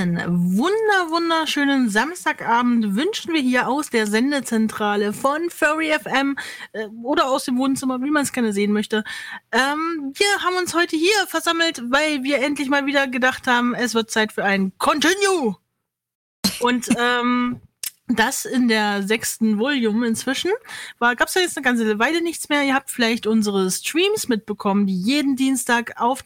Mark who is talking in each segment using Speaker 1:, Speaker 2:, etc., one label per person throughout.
Speaker 1: Einen wunderschönen Samstagabend wünschen wir hier aus der Sendezentrale von Furry FM oder aus dem Wohnzimmer, wie man es gerne sehen möchte. Wir haben uns heute hier versammelt, weil wir endlich mal wieder gedacht haben, es wird Zeit für ein Continue. Und das in der 6. Volume inzwischen. Gab's ja jetzt eine ganze Weile nichts mehr. Ihr habt vielleicht unsere Streams mitbekommen, die jeden Dienstag auf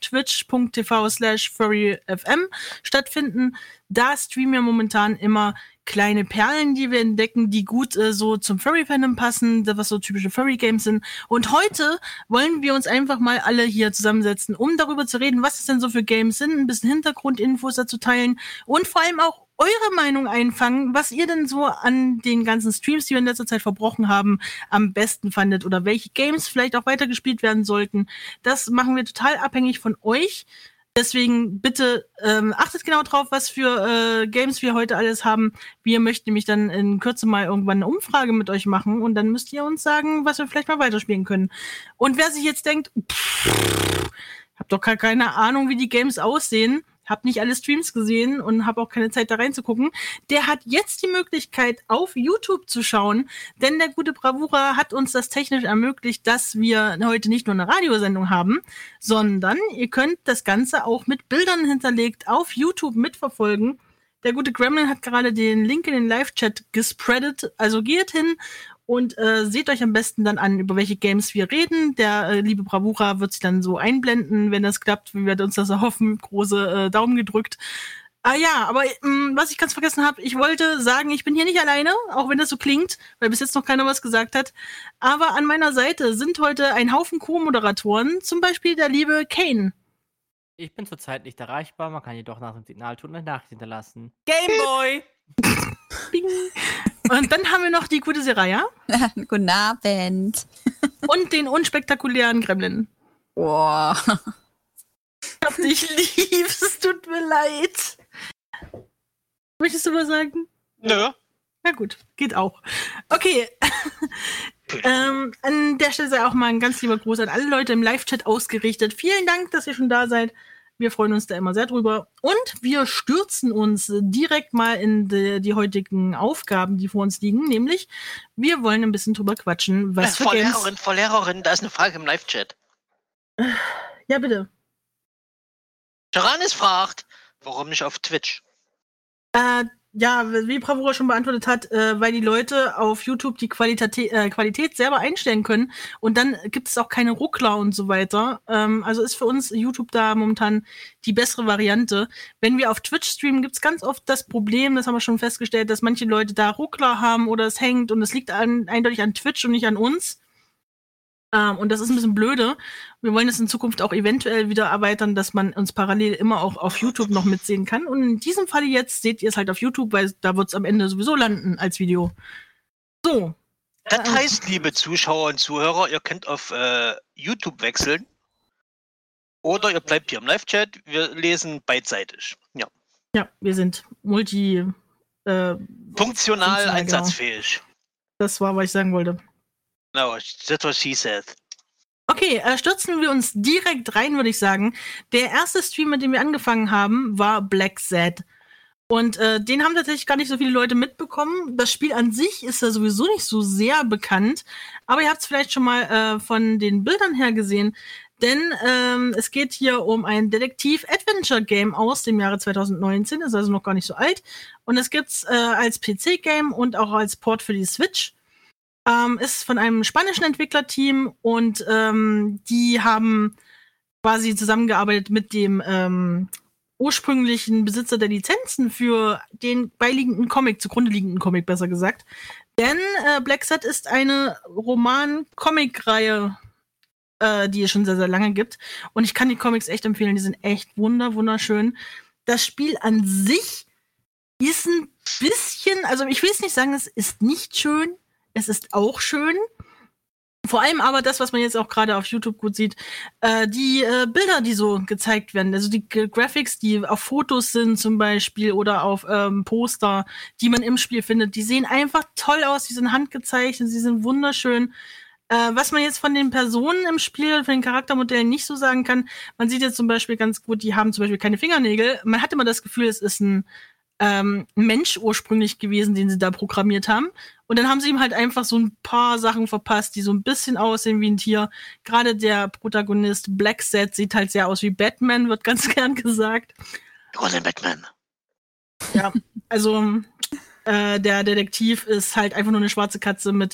Speaker 1: twitch.tv/furryfm stattfinden. Da streamen wir momentan immer kleine Perlen, die wir entdecken, die gut so zum Furry-Fandom passen, was so typische Furry-Games sind. Und heute wollen wir uns einfach mal alle hier zusammensetzen, um darüber zu reden, was es denn so für Games sind, ein bisschen Hintergrundinfos dazu teilen und vor allem auch eure Meinung einfangen, was ihr denn so an den ganzen Streams, die wir in letzter Zeit verbrochen haben, am besten fandet oder welche Games vielleicht auch weitergespielt werden sollten. Das machen wir total abhängig von euch. Deswegen bitte achtet genau drauf, was für Games wir heute alles haben. Wir möchten nämlich dann in Kürze mal irgendwann eine Umfrage mit euch machen und dann müsst ihr uns sagen, was wir vielleicht mal weiterspielen können. Und wer sich jetzt denkt, hab doch gar keine Ahnung, wie die Games aussehen, hab nicht alle Streams gesehen und hab auch keine Zeit da reinzugucken, der hat jetzt die Möglichkeit, auf YouTube zu schauen, denn der gute Bravura hat uns das technisch ermöglicht, dass wir heute nicht nur eine Radiosendung haben, sondern ihr könnt das Ganze auch mit Bildern hinterlegt auf YouTube mitverfolgen. Der gute Gremlin hat gerade den Link in den Live-Chat gespreadet, also geht hin und seht euch am besten dann an, über welche Games wir reden. Der liebe Bravura wird sich dann so einblenden, wenn das klappt, wie wir uns das erhoffen. Große Daumen gedrückt. Ja, aber was ich ganz vergessen habe, ich wollte sagen, ich bin hier nicht alleine, auch wenn das so klingt, weil bis jetzt noch keiner was gesagt hat. Aber an meiner Seite sind heute ein Haufen Co-Moderatoren, zum Beispiel der liebe Kane.
Speaker 2: Ich bin zurzeit nicht erreichbar, man kann jedoch nach dem Signalton eine Nachricht hinterlassen. Gameboy!
Speaker 1: Bing. Und dann haben wir noch die gute Seraya.
Speaker 3: Guten Abend.
Speaker 1: Und den unspektakulären Gremlin.
Speaker 3: Boah.
Speaker 1: Ich hab dich lieb, es tut mir leid. Möchtest du was sagen?
Speaker 4: Nö.
Speaker 1: Na gut, geht auch. Okay. An der Stelle sei auch mal ein ganz lieber Gruß an alle Leute im Live-Chat ausgerichtet. Vielen Dank, dass ihr schon da seid. Wir freuen uns da immer sehr drüber. Und wir stürzen uns direkt mal in die heutigen Aufgaben, die vor uns liegen. Nämlich, wir wollen ein bisschen drüber quatschen, was für Games...
Speaker 4: Frau Lehrerin, da ist eine Frage im Live-Chat.
Speaker 1: Ja, bitte.
Speaker 4: Jaranis fragt, warum nicht auf Twitch?
Speaker 1: Ja, wie Bravura schon beantwortet hat, weil die Leute auf YouTube die Qualität selber einstellen können und dann gibt es auch keine Ruckler und so weiter. Also ist für uns YouTube da momentan die bessere Variante. Wenn wir auf Twitch streamen, gibt es ganz oft das Problem, das haben wir schon festgestellt, dass manche Leute da Ruckler haben oder es hängt und es liegt eindeutig an Twitch und nicht an uns. Und das ist ein bisschen blöde. Wir wollen es in Zukunft auch eventuell wieder erweitern, dass man uns parallel immer auch auf YouTube noch mitsehen kann. Und in diesem Falle jetzt seht ihr es halt auf YouTube, weil da wird es am Ende sowieso landen als Video. So.
Speaker 4: Das heißt, liebe Zuschauer und Zuhörer, ihr könnt auf YouTube wechseln. Oder ihr bleibt hier im Live-Chat. Wir lesen beidseitig. Ja.
Speaker 1: Ja, wir sind
Speaker 4: funktional einsatzfähig.
Speaker 1: Genau. Das war, was ich sagen wollte.
Speaker 4: No, that's what she said.
Speaker 1: Okay, stürzen wir uns direkt rein, würde ich sagen. Der erste Stream, mit dem wir angefangen haben, war Black Sad. Und den haben tatsächlich gar nicht so viele Leute mitbekommen. Das Spiel an sich ist ja sowieso nicht so sehr bekannt. Aber ihr habt es vielleicht schon mal von den Bildern her gesehen. Denn es geht hier um ein Detektiv-Adventure-Game aus dem Jahre 2019. Ist also noch gar nicht so alt. Und es gibt's als PC-Game und auch als Port für die Switch. Ist von einem spanischen Entwicklerteam und die haben quasi zusammengearbeitet mit dem ursprünglichen Besitzer der Lizenzen für den beiliegenden Comic, zugrunde liegenden Comic besser gesagt. Denn Black Sad ist eine Roman-Comic-Reihe, die es schon sehr, sehr lange gibt. Und ich kann die Comics echt empfehlen, die sind echt wunderschön. Das Spiel an sich ist ein bisschen, also ich will es nicht sagen, es ist nicht schön. Es ist auch schön. Vor allem aber das, was man jetzt auch gerade auf YouTube gut sieht, die Bilder, die so gezeigt werden, also die Graphics, die auf Fotos sind zum Beispiel oder auf Poster, die man im Spiel findet, die sehen einfach toll aus, die sind handgezeichnet, sie sind wunderschön. Was man jetzt von den Personen im Spiel, von den Charaktermodellen nicht so sagen kann, man sieht jetzt zum Beispiel ganz gut, die haben zum Beispiel keine Fingernägel. Man hat immer das Gefühl, es ist ein ein Mensch ursprünglich gewesen, den sie da programmiert haben. Und dann haben sie ihm halt einfach so ein paar Sachen verpasst, die so ein bisschen aussehen wie ein Tier. Gerade der Protagonist Blackset sieht halt sehr aus wie Batman, wird ganz gern gesagt.
Speaker 4: Roland Batman.
Speaker 1: Ja, also der Detektiv ist halt einfach nur eine schwarze Katze mit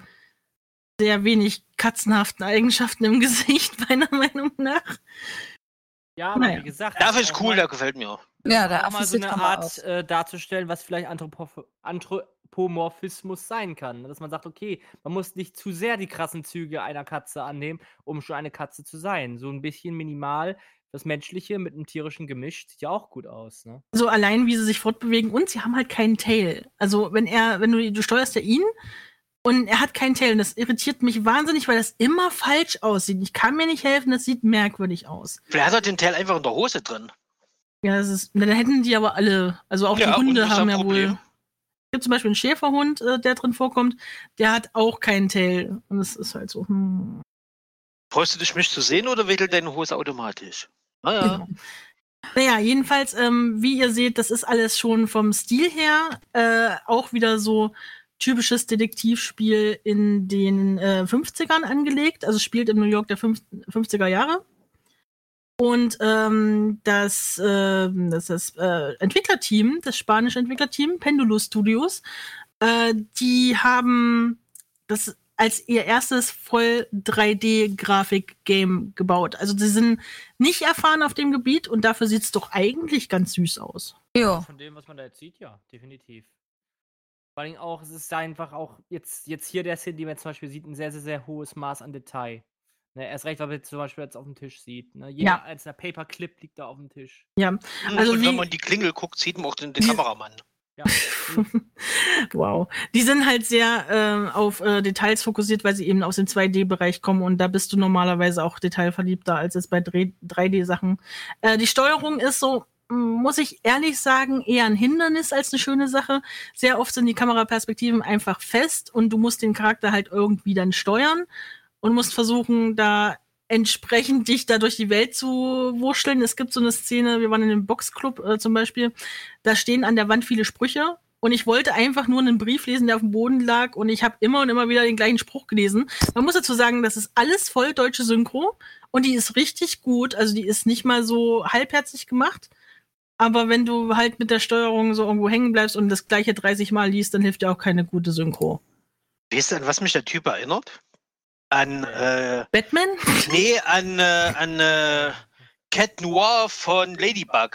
Speaker 1: sehr wenig katzenhaften Eigenschaften im Gesicht, meiner Meinung nach.
Speaker 2: Ja, aber wie gesagt.
Speaker 4: Dafür ist cool, der gefällt mir.
Speaker 3: Ja,
Speaker 2: da
Speaker 3: der
Speaker 2: auch mal
Speaker 3: Affe
Speaker 2: so
Speaker 3: sieht
Speaker 2: eine
Speaker 3: Hammer
Speaker 2: Art
Speaker 3: aus.
Speaker 2: darzustellen, was vielleicht Anthropomorphismus sein kann. Dass man sagt, okay, man muss nicht zu sehr die krassen Züge einer Katze annehmen, um schon eine Katze zu sein. So ein bisschen minimal das Menschliche mit einem tierischen Gemisch sieht ja auch gut aus, ne?
Speaker 1: So allein, wie sie sich fortbewegen und sie haben halt keinen Tail. Also wenn du steuerst ja ihn und er hat keinen Tail und das irritiert mich wahnsinnig, weil das immer falsch aussieht. Ich kann mir nicht helfen, das sieht merkwürdig aus.
Speaker 4: Vielleicht hat er den Teil einfach in der Hose drin.
Speaker 1: Ja, dann hätten die aber alle, also auch die Hunde haben ja wohl. Es gibt zum Beispiel einen Schäferhund, der drin vorkommt, der hat auch keinen Tail. Und es ist halt so,
Speaker 4: Freust du dich, mich zu sehen oder wedelt deine Hose automatisch? Naja.
Speaker 1: Genau. Naja, jedenfalls, wie ihr seht, das ist alles schon vom Stil her auch wieder so typisches Detektivspiel in den 50ern angelegt. Also spielt im New York der 50er Jahre. Und das Entwicklerteam, das spanische Entwicklerteam, Pendulo Studios, die haben das als ihr erstes voll 3D-Grafik-Game gebaut. Also sie sind nicht erfahren auf dem Gebiet und dafür sieht es doch eigentlich ganz süß aus.
Speaker 3: Ja.
Speaker 2: Von dem, was man da jetzt sieht, ja, definitiv. Vor allem auch, es ist einfach auch jetzt hier der Szene, die man zum Beispiel sieht, ein sehr, sehr, sehr hohes Maß an Detail. Ne, erst recht, weil man zum Beispiel jetzt auf dem Tisch sieht. Ne? Jeder einzelne Paperclip liegt da auf dem Tisch.
Speaker 1: Ja, also
Speaker 4: und wenn man die Klingel guckt, sieht man auch den Kameramann.
Speaker 2: Ja.
Speaker 1: Wow. Die sind halt sehr auf Details fokussiert, weil sie eben aus dem 2D-Bereich kommen und da bist du normalerweise auch detailverliebter als jetzt bei 3D-Sachen. Die Steuerung ist so, muss ich ehrlich sagen, eher ein Hindernis als eine schöne Sache. Sehr oft sind die Kameraperspektiven einfach fest und du musst den Charakter halt irgendwie dann steuern und musst versuchen, da entsprechend dich da durch die Welt zu wurschteln. Es gibt so eine Szene, wir waren in einem Boxclub zum Beispiel, da stehen an der Wand viele Sprüche und ich wollte einfach nur einen Brief lesen, der auf dem Boden lag und ich habe immer und immer wieder den gleichen Spruch gelesen. Man muss dazu sagen, das ist alles voll deutsche Synchro und die ist richtig gut, also die ist nicht mal so halbherzig gemacht, aber wenn du halt mit der Steuerung so irgendwo hängen bleibst und das gleiche 30 Mal liest, dann hilft dir auch keine gute Synchro.
Speaker 4: Weißt du, an was mich der Typ erinnert? An
Speaker 1: Batman?
Speaker 4: Nee, an Cat Noir von Ladybug.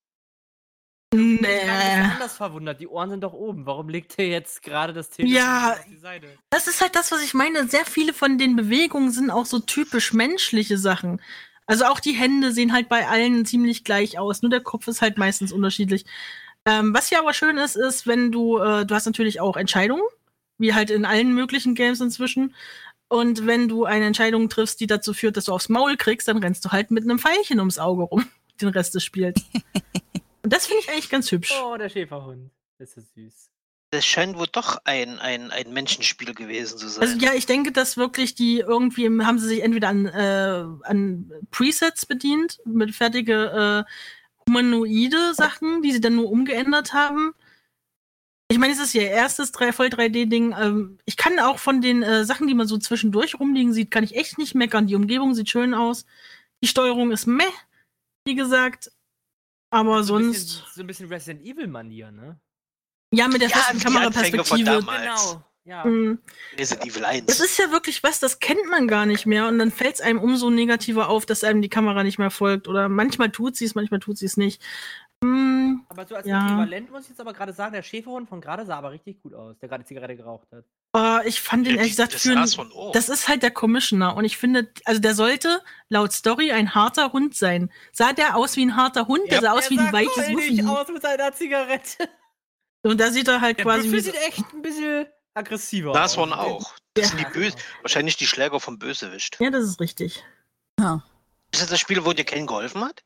Speaker 2: Ich bin anders verwundert. Die Ohren sind doch oben. Warum legt er jetzt gerade das Telefon auf die Seite?
Speaker 1: Das ist halt das, was ich meine. Sehr viele von den Bewegungen sind auch so typisch menschliche Sachen. Also auch die Hände sehen halt bei allen ziemlich gleich aus. Nur der Kopf ist halt meistens unterschiedlich. Was hier aber schön ist, wenn du hast natürlich auch Entscheidungen, wie halt in allen möglichen Games inzwischen. Und wenn du eine Entscheidung triffst, die dazu führt, dass du aufs Maul kriegst, dann rennst du halt mit einem Pfeilchen ums Auge rum, den Rest des Spiels. Und das finde ich eigentlich ganz hübsch.
Speaker 2: Oh, der Schäferhund. Das ist süß.
Speaker 4: Das scheint wohl doch ein Menschenspiel gewesen zu sein.
Speaker 1: Also ja, ich denke, dass wirklich haben sie sich entweder an Presets bedient, mit fertige humanoide Sachen, die sie dann nur umgeändert haben. Ich meine, es ist ihr erstes voll 3D-Ding. Ich kann auch von den Sachen, die man so zwischendurch rumliegen sieht, kann ich echt nicht meckern. Die Umgebung sieht schön aus. Die Steuerung ist meh, wie gesagt. Aber sonst.
Speaker 2: So ein bisschen Resident Evil-Manier, ne?
Speaker 1: Ja, mit der festen Kameraperspektive.
Speaker 2: Genau. Ja.
Speaker 4: Resident Evil 1.
Speaker 1: Das ist ja wirklich was, das kennt man gar nicht mehr. Und dann fällt es einem umso negativer auf, dass einem die Kamera nicht mehr folgt. Oder manchmal tut sie es, manchmal tut sie es nicht.
Speaker 2: Aber so als Äquivalent muss ich jetzt aber gerade sagen, der Schäferhund von gerade sah aber richtig gut aus, der gerade Zigarette geraucht hat.
Speaker 1: Ich fand den ehrlich gesagt das ist halt der Commissioner und ich finde, also der sollte laut Story ein harter Hund sein. Sah der aus wie ein harter Hund? Der sah aus wie ein weiches Wuffi.
Speaker 2: Aus mit seiner Zigarette.
Speaker 1: Und da sieht er halt quasi
Speaker 2: wie... sieht echt ein bisschen aggressiver aus.
Speaker 4: Das waren auch. Das sind die wahrscheinlich die Schläger vom Bösewicht.
Speaker 1: Ja, das ist richtig.
Speaker 3: Ja.
Speaker 4: Ist das das Spiel, wo dir Ken geholfen hat?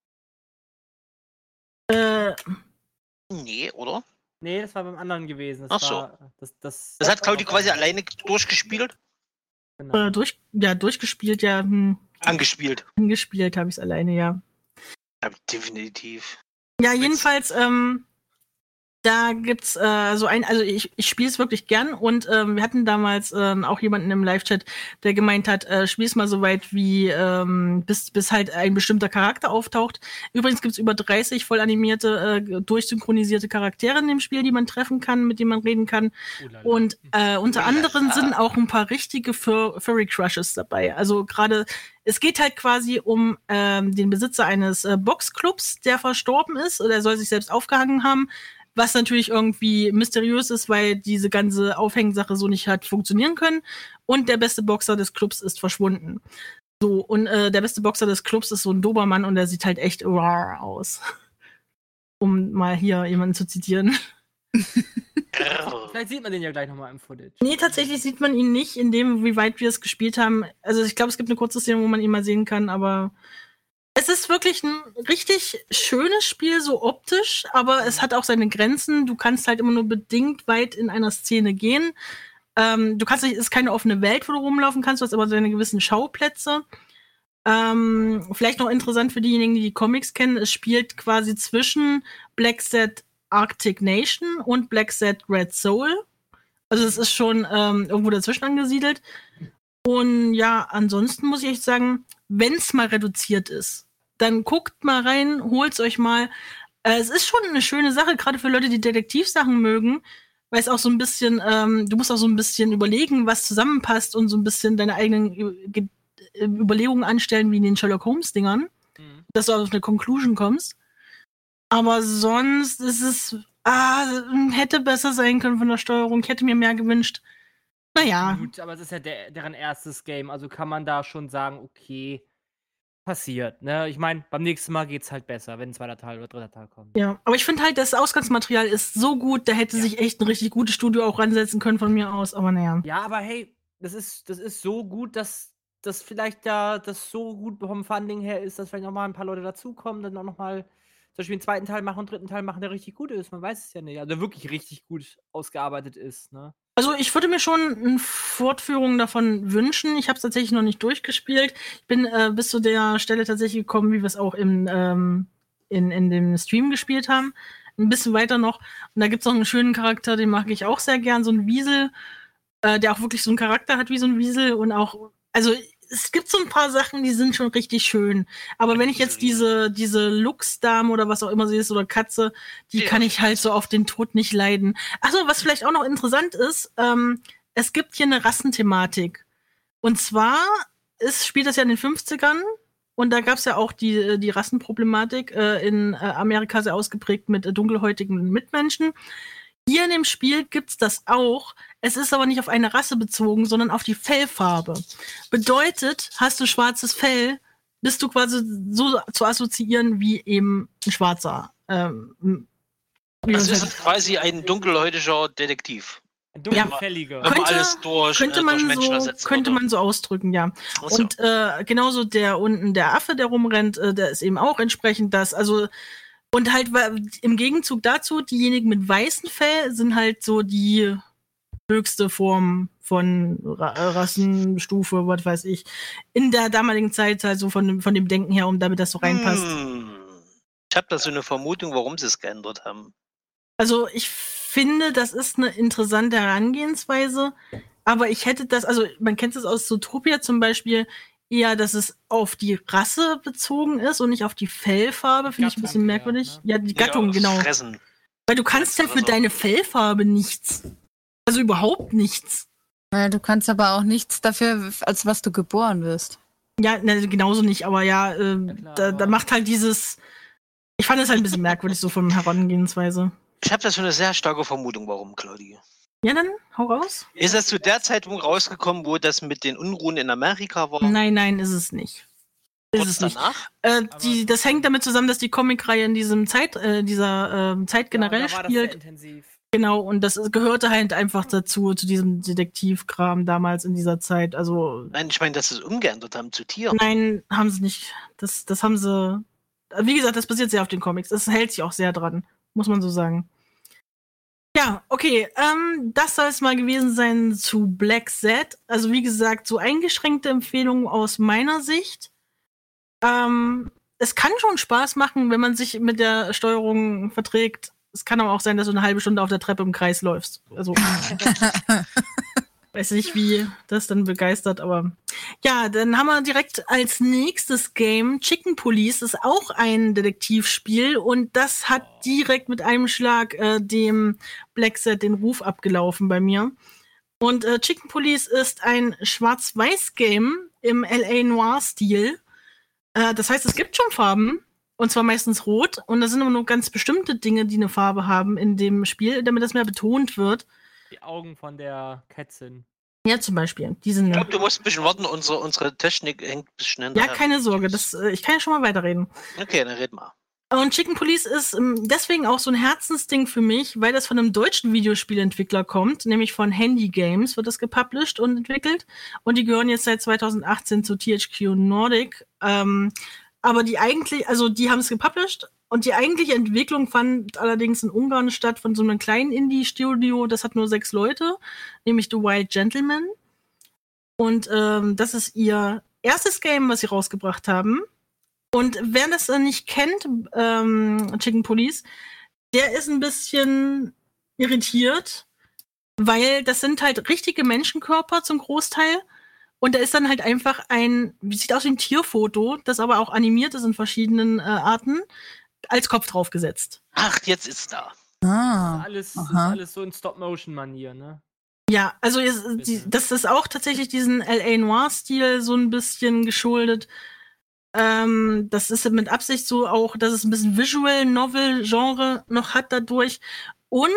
Speaker 4: Nee, oder?
Speaker 2: Nee, das war beim anderen gewesen.
Speaker 4: Ach so.
Speaker 2: Das
Speaker 4: hat Claudi quasi alleine durchgespielt?
Speaker 2: Genau.
Speaker 1: Durchgespielt, ja.
Speaker 4: Angespielt.
Speaker 1: Angespielt habe ich es alleine, ja.
Speaker 4: Ja, definitiv.
Speaker 1: Ja, jedenfalls, Da gibt's also ich spiele es wirklich gern und wir hatten damals auch jemanden im Live-Chat, der gemeint hat, spiel's mal so weit wie bis halt ein bestimmter Charakter auftaucht. Übrigens gibt's über 30 voll animierte, durchsynchronisierte Charaktere in dem Spiel, die man treffen kann, mit denen man reden kann. Und unter anderem sind auch ein paar richtige Furry-Crushes dabei. Also gerade es geht halt quasi um den Besitzer eines Boxclubs, der verstorben ist oder er soll sich selbst aufgehangen haben. Was natürlich irgendwie mysteriös ist, weil diese ganze Aufhängensache so nicht hat funktionieren können. Und der beste Boxer des Clubs ist verschwunden. So, und der beste Boxer des Clubs ist so ein Dobermann und der sieht halt echt rar aus. Um mal hier jemanden zu zitieren.
Speaker 2: Vielleicht sieht man den ja gleich nochmal im Footage.
Speaker 1: Nee, tatsächlich sieht man ihn nicht, in dem, wie weit wir es gespielt haben. Also ich glaube, es gibt eine kurze Szene, wo man ihn mal sehen kann, aber es ist wirklich ein richtig schönes Spiel, so optisch, aber es hat auch seine Grenzen. Du kannst halt immer nur bedingt weit in einer Szene gehen. Du kannst nicht, es ist keine offene Welt, wo du rumlaufen kannst, du hast aber deine gewissen Schauplätze. Vielleicht noch interessant für diejenigen, die Comics kennen, es spielt quasi zwischen Black Set Arctic Nation und Black Set Red Soul. Also es ist schon irgendwo dazwischen angesiedelt. Und ja, ansonsten muss ich echt sagen, wenn es mal reduziert ist, dann guckt mal rein, holt's euch mal. Es ist schon eine schöne Sache, gerade für Leute, die Detektivsachen mögen, weil es auch so ein bisschen, du musst auch so ein bisschen überlegen, was zusammenpasst und so ein bisschen deine eigenen Überlegungen anstellen, wie in den Sherlock Holmes-Dingern, dass du auf eine Conclusion kommst. Aber sonst ist es, hätte besser sein können von der Steuerung. Ich hätte mir mehr gewünscht. Naja.
Speaker 2: Gut, aber es ist ja deren erstes Game, also kann man da schon sagen, okay, passiert, ne? Ich meine, beim nächsten Mal geht's halt besser, wenn ein zweiter Teil oder dritter Teil kommt.
Speaker 1: Ja, aber ich finde halt, das Ausgangsmaterial ist so gut, da hätte sich echt ein richtig gutes Studio auch ransetzen können von mir aus, aber naja.
Speaker 2: Ja, aber hey, das ist so gut, dass das vielleicht das so gut vom Funding her ist, dass vielleicht noch mal ein paar Leute dazukommen, dann auch noch mal zum Beispiel einen zweiten Teil machen und einen dritten Teil machen, der richtig gut ist. Man weiß es ja nicht. Also wirklich richtig gut ausgearbeitet ist, ne?
Speaker 1: Also ich würde mir schon eine Fortführung davon wünschen. Ich habe es tatsächlich noch nicht durchgespielt. Ich bin bis zu der Stelle tatsächlich gekommen, wie wir es auch in dem Stream gespielt haben. Ein bisschen weiter noch. Und da gibt es noch einen schönen Charakter, den mag ich auch sehr gern. So ein Wiesel, der auch wirklich so einen Charakter hat wie so ein Wiesel. Und auch, also es gibt so ein paar Sachen, die sind schon richtig schön. Aber wenn ich jetzt diese Luchsdame oder was auch immer sie ist oder Katze, die kann ich halt so auf den Tod nicht leiden. Achso, was vielleicht auch noch interessant ist, es gibt hier eine Rassenthematik. Und zwar spielt das ja in den 50ern und da gab es ja auch die Rassenproblematik in Amerika sehr ausgeprägt mit dunkelhäutigen Mitmenschen. Hier in dem Spiel gibt's das auch. Es ist aber nicht auf eine Rasse bezogen, sondern auf die Fellfarbe. Bedeutet, hast du schwarzes Fell, bist du quasi so zu assoziieren wie eben ein Schwarzer.
Speaker 4: Das ist quasi ein dunkelhäutiger Detektiv.
Speaker 2: Ein dunkelfälliger.
Speaker 4: Wenn man alles
Speaker 1: könnte man so ausdrücken, ja. Also. Und genauso der Affe, der rumrennt, der ist eben auch entsprechend das. Also und halt im Gegenzug dazu, diejenigen mit weißem Fell sind halt so die höchste Form von Rassenstufe, was weiß ich. In der damaligen Zeit halt so von dem Denken her, damit das so reinpasst.
Speaker 4: Ich habe da so eine Vermutung, warum sie es geändert haben.
Speaker 1: Also ich finde, das ist eine interessante Herangehensweise, aber ich hätte das, also man kennt es aus Zootopia zum Beispiel, eher, dass es auf die Rasse bezogen ist und nicht auf die Fellfarbe, finde ich ein bisschen merkwürdig. Ne? Ja, die Gattung, genau.
Speaker 4: Fressen.
Speaker 1: Weil du kannst ja für deine Fellfarbe nichts. Also überhaupt nichts.
Speaker 3: Ja, du kannst aber auch nichts dafür, als was du geboren wirst.
Speaker 1: Ja, ne, genauso nicht, aber ja, da macht halt dieses. Ich fand es halt ein bisschen merkwürdig, so von Herangehensweise.
Speaker 4: Ich habe da so eine sehr starke Vermutung, warum, Claudi.
Speaker 1: Ja, dann hau raus.
Speaker 4: Ist das zu der Zeitpunkt rausgekommen, wo das mit den Unruhen in Amerika war?
Speaker 1: Nein, ist es nicht. Ist es
Speaker 4: danach?
Speaker 1: nicht. Das hängt damit zusammen, dass die Comicreihe in dieser Zeit generell
Speaker 2: war
Speaker 1: spielt.
Speaker 2: Das sehr intensiv.
Speaker 1: Genau, und das gehörte halt einfach dazu, zu diesem Detektivkram damals in dieser Zeit. Also.
Speaker 4: Nein, ich meine, dass sie es umgeändert haben zu Tieren.
Speaker 1: Nein, haben sie nicht. Das haben sie. Wie gesagt, das basiert sehr auf den Comics. Das hält sich auch sehr dran, muss man so sagen. Ja, okay, das soll es mal gewesen sein zu Black Z. Also wie gesagt, so eingeschränkte Empfehlungen aus meiner Sicht. Es kann schon Spaß machen, wenn man sich mit der Steuerung verträgt, Es kann aber auch sein, dass du eine halbe Stunde auf der Treppe im Kreis läufst. Also weiß nicht, wie das dann begeistert, aber ja, dann haben wir direkt als nächstes Game Chicken Police. Das ist auch ein Detektivspiel und das hat direkt mit einem Schlag dem Black Set den Ruf abgelaufen bei mir. Und Chicken Police ist ein Schwarz-Weiß-Game im L.A. Noir-Stil. Das heißt, es gibt schon Farben. Und zwar meistens rot. Und da sind aber nur ganz bestimmte Dinge, die eine Farbe haben in dem Spiel, damit das mehr betont wird.
Speaker 2: Die Augen von der Kätzin.
Speaker 1: Ja, zum Beispiel.
Speaker 4: Ich glaube, du musst ein bisschen warten. Unsere Technik hängt ein bisschen hinterher.
Speaker 1: Ja, keine Sorge. Ich kann ja schon mal weiterreden.
Speaker 4: Okay, dann red mal.
Speaker 1: Und Chicken Police ist deswegen auch so ein Herzensding für mich, weil das von einem deutschen Videospielentwickler kommt, nämlich von Handy Games wird das gepublished und entwickelt. Und die gehören jetzt seit 2018 zu THQ Nordic. Aber die haben es gepublished und die eigentliche Entwicklung fand allerdings in Ungarn statt von so einem kleinen Indie-Studio. Das hat nur 6 Leute, nämlich The Wild Gentleman. Und das ist ihr erstes Game, was sie rausgebracht haben. Und wer das nicht kennt, Chicken Police, der ist ein bisschen irritiert, weil das sind halt richtige Menschenkörper zum Großteil. Und da ist dann halt einfach sieht aus wie ein Tierfoto, das aber auch animiert ist in verschiedenen Arten, als Kopf draufgesetzt.
Speaker 4: Ach, jetzt ist da.
Speaker 2: Das ist alles so in Stop-Motion-Manier, ne?
Speaker 1: Ja, also das ist auch tatsächlich diesen L.A. Noir-Stil so ein bisschen geschuldet. Das ist mit Absicht so auch, dass es ein bisschen Visual Novel Genre noch hat dadurch. Und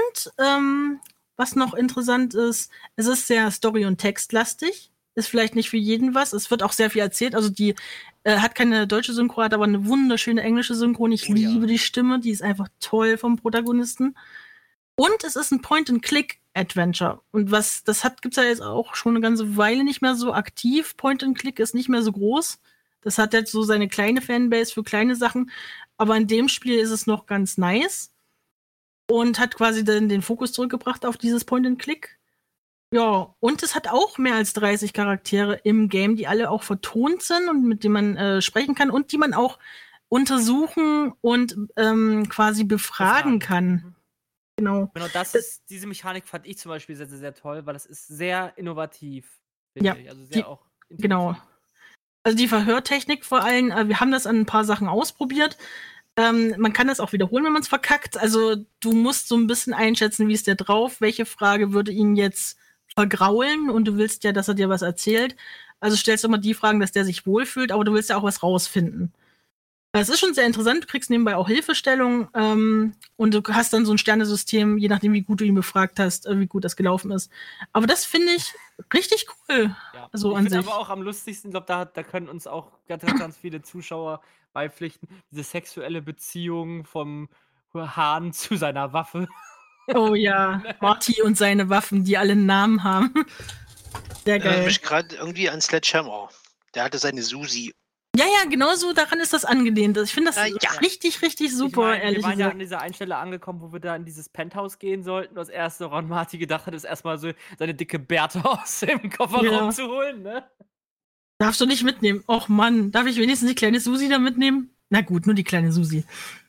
Speaker 1: was noch interessant ist, es ist sehr Story- und Textlastig. Ist vielleicht nicht für jeden was. Es wird auch sehr viel erzählt. Also die hat keine deutsche Synchro, hat aber eine wunderschöne englische Synchro. Ich liebe die Stimme. Die ist einfach toll vom Protagonisten. Und es ist ein Point-and-Click-Adventure. Und gibt's ja jetzt auch schon eine ganze Weile nicht mehr so aktiv. Point-and-Click ist nicht mehr so groß. Das hat jetzt so seine kleine Fanbase für kleine Sachen. Aber in dem Spiel ist es noch ganz nice. Und hat quasi dann den Fokus zurückgebracht auf dieses Point-and-Click. Ja, und es hat auch mehr als 30 Charaktere im Game, die alle auch vertont sind und mit denen man sprechen kann und die man auch untersuchen und quasi befragen kann. Genau.
Speaker 2: Diese Mechanik fand ich zum Beispiel sehr, sehr, sehr toll, weil das ist sehr innovativ.
Speaker 1: Ja,
Speaker 2: also sehr auch intuitiv.
Speaker 1: Genau. Also die Verhörtechnik vor allem, wir haben das an ein paar Sachen ausprobiert. Man kann das auch wiederholen, wenn man es verkackt. Also du musst so ein bisschen einschätzen, wie ist der drauf, welche Frage würde ihn jetzt vergraulen und du willst ja, dass er dir was erzählt. Also stellst du immer die Fragen, dass der sich wohlfühlt, aber du willst ja auch was rausfinden. Es ist schon sehr interessant, du kriegst nebenbei auch Hilfestellung und du hast dann so ein Sternesystem, je nachdem, wie gut du ihn befragt hast, wie gut das gelaufen ist. Aber das finde ich richtig cool.
Speaker 2: Ja.
Speaker 1: So
Speaker 2: ich
Speaker 1: an
Speaker 2: finde
Speaker 1: sich.
Speaker 2: aber auch am lustigsten, ich glaube, da können uns auch ganz viele Zuschauer beipflichten, diese sexuelle Beziehung vom Hahn zu seiner Waffe.
Speaker 1: Oh ja, Marty und seine Waffen, die alle einen Namen haben. Sehr geil.
Speaker 4: Ich mich gerade irgendwie an Sledgehammer. Der hatte seine Susi.
Speaker 1: Ja, genau so daran ist das angelehnt. Ich finde das richtig, richtig super, ehrlich
Speaker 2: gesagt. Wir waren ja
Speaker 1: gesagt.
Speaker 2: an dieser einen Stelle angekommen, wo wir da in dieses Penthouse gehen sollten. Das erste Ron Marty gedacht hat, ist erstmal so seine dicke Bärte aus dem Kofferraum zu holen, ne?
Speaker 1: Darfst du nicht mitnehmen? Och Mann, darf ich wenigstens die kleine Susi da mitnehmen? Na gut, nur die kleine Susi.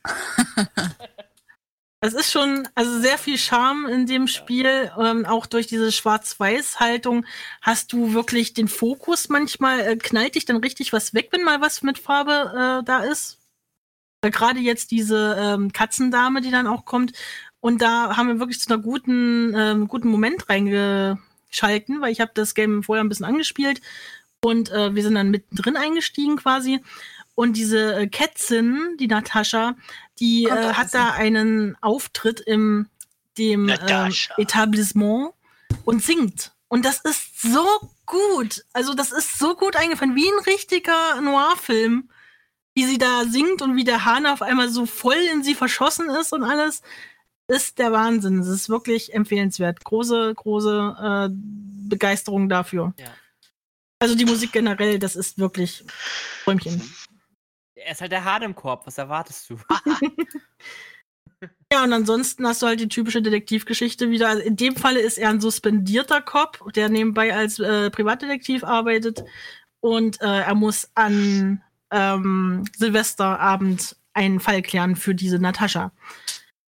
Speaker 1: Es ist schon sehr viel Charme in dem Spiel. Auch durch diese Schwarz-Weiß-Haltung hast du wirklich den Fokus. Manchmal knallt dich dann richtig was weg, wenn mal was mit Farbe da ist. Gerade jetzt diese Katzendame, die dann auch kommt. Und da haben wir wirklich zu einer guten Moment reingeschalten, weil ich habe das Game vorher ein bisschen angespielt. Und wir sind dann mittendrin eingestiegen quasi. Und diese Kätzin, die Natascha, die hat da einen Auftritt in dem Etablissement und singt. Und das ist so gut. Also das ist so gut eingefallen, wie ein richtiger Noir-Film. Wie sie da singt und wie der Hahn auf einmal so voll in sie verschossen ist und alles. Ist der Wahnsinn. Es ist wirklich empfehlenswert. Große Begeisterung dafür. Ja. Also die Musik generell, das ist wirklich Träumchen.
Speaker 2: Er ist halt der Hahn im Korb, was erwartest du?
Speaker 1: Ja, und ansonsten hast du halt die typische Detektivgeschichte wieder. Also in dem Falle ist er ein suspendierter Cop, der nebenbei als Privatdetektiv arbeitet. Und er muss an Silvesterabend einen Fall klären für diese Natascha.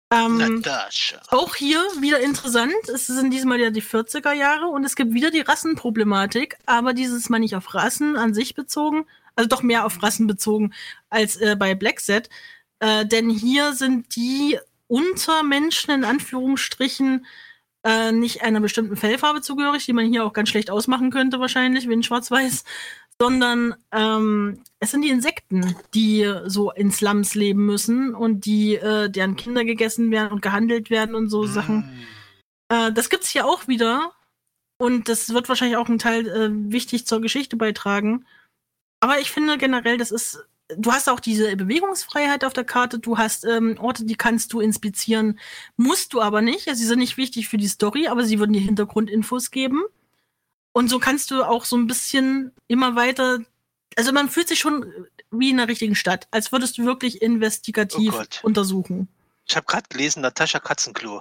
Speaker 4: Natascha.
Speaker 1: Auch hier wieder interessant. Es sind diesmal ja die 40er Jahre und es gibt wieder die Rassenproblematik, aber dieses Mal nicht auf Rassen an sich bezogen, also doch mehr auf Rassen bezogen als bei Black Set. Denn hier sind die Untermenschen in Anführungsstrichen nicht einer bestimmten Fellfarbe zugehörig, die man hier auch ganz schlecht ausmachen könnte wahrscheinlich, wie in Schwarz-Weiß, sondern es sind die Insekten, die so in Slums leben müssen und die deren Kinder gegessen werden und gehandelt werden und so Sachen. Das gibt's hier auch wieder und das wird wahrscheinlich auch einen Teil wichtig zur Geschichte beitragen. Aber ich finde generell, du hast auch diese Bewegungsfreiheit auf der Karte, du hast Orte, die kannst du inspizieren, musst du aber nicht. Also sie sind nicht wichtig für die Story, aber sie würden dir Hintergrundinfos geben. Und so kannst du auch so ein bisschen immer weiter, also man fühlt sich schon wie in einer richtigen Stadt, als würdest du wirklich investigativ untersuchen.
Speaker 4: Ich habe gerade gelesen, Natascha Katzenklo.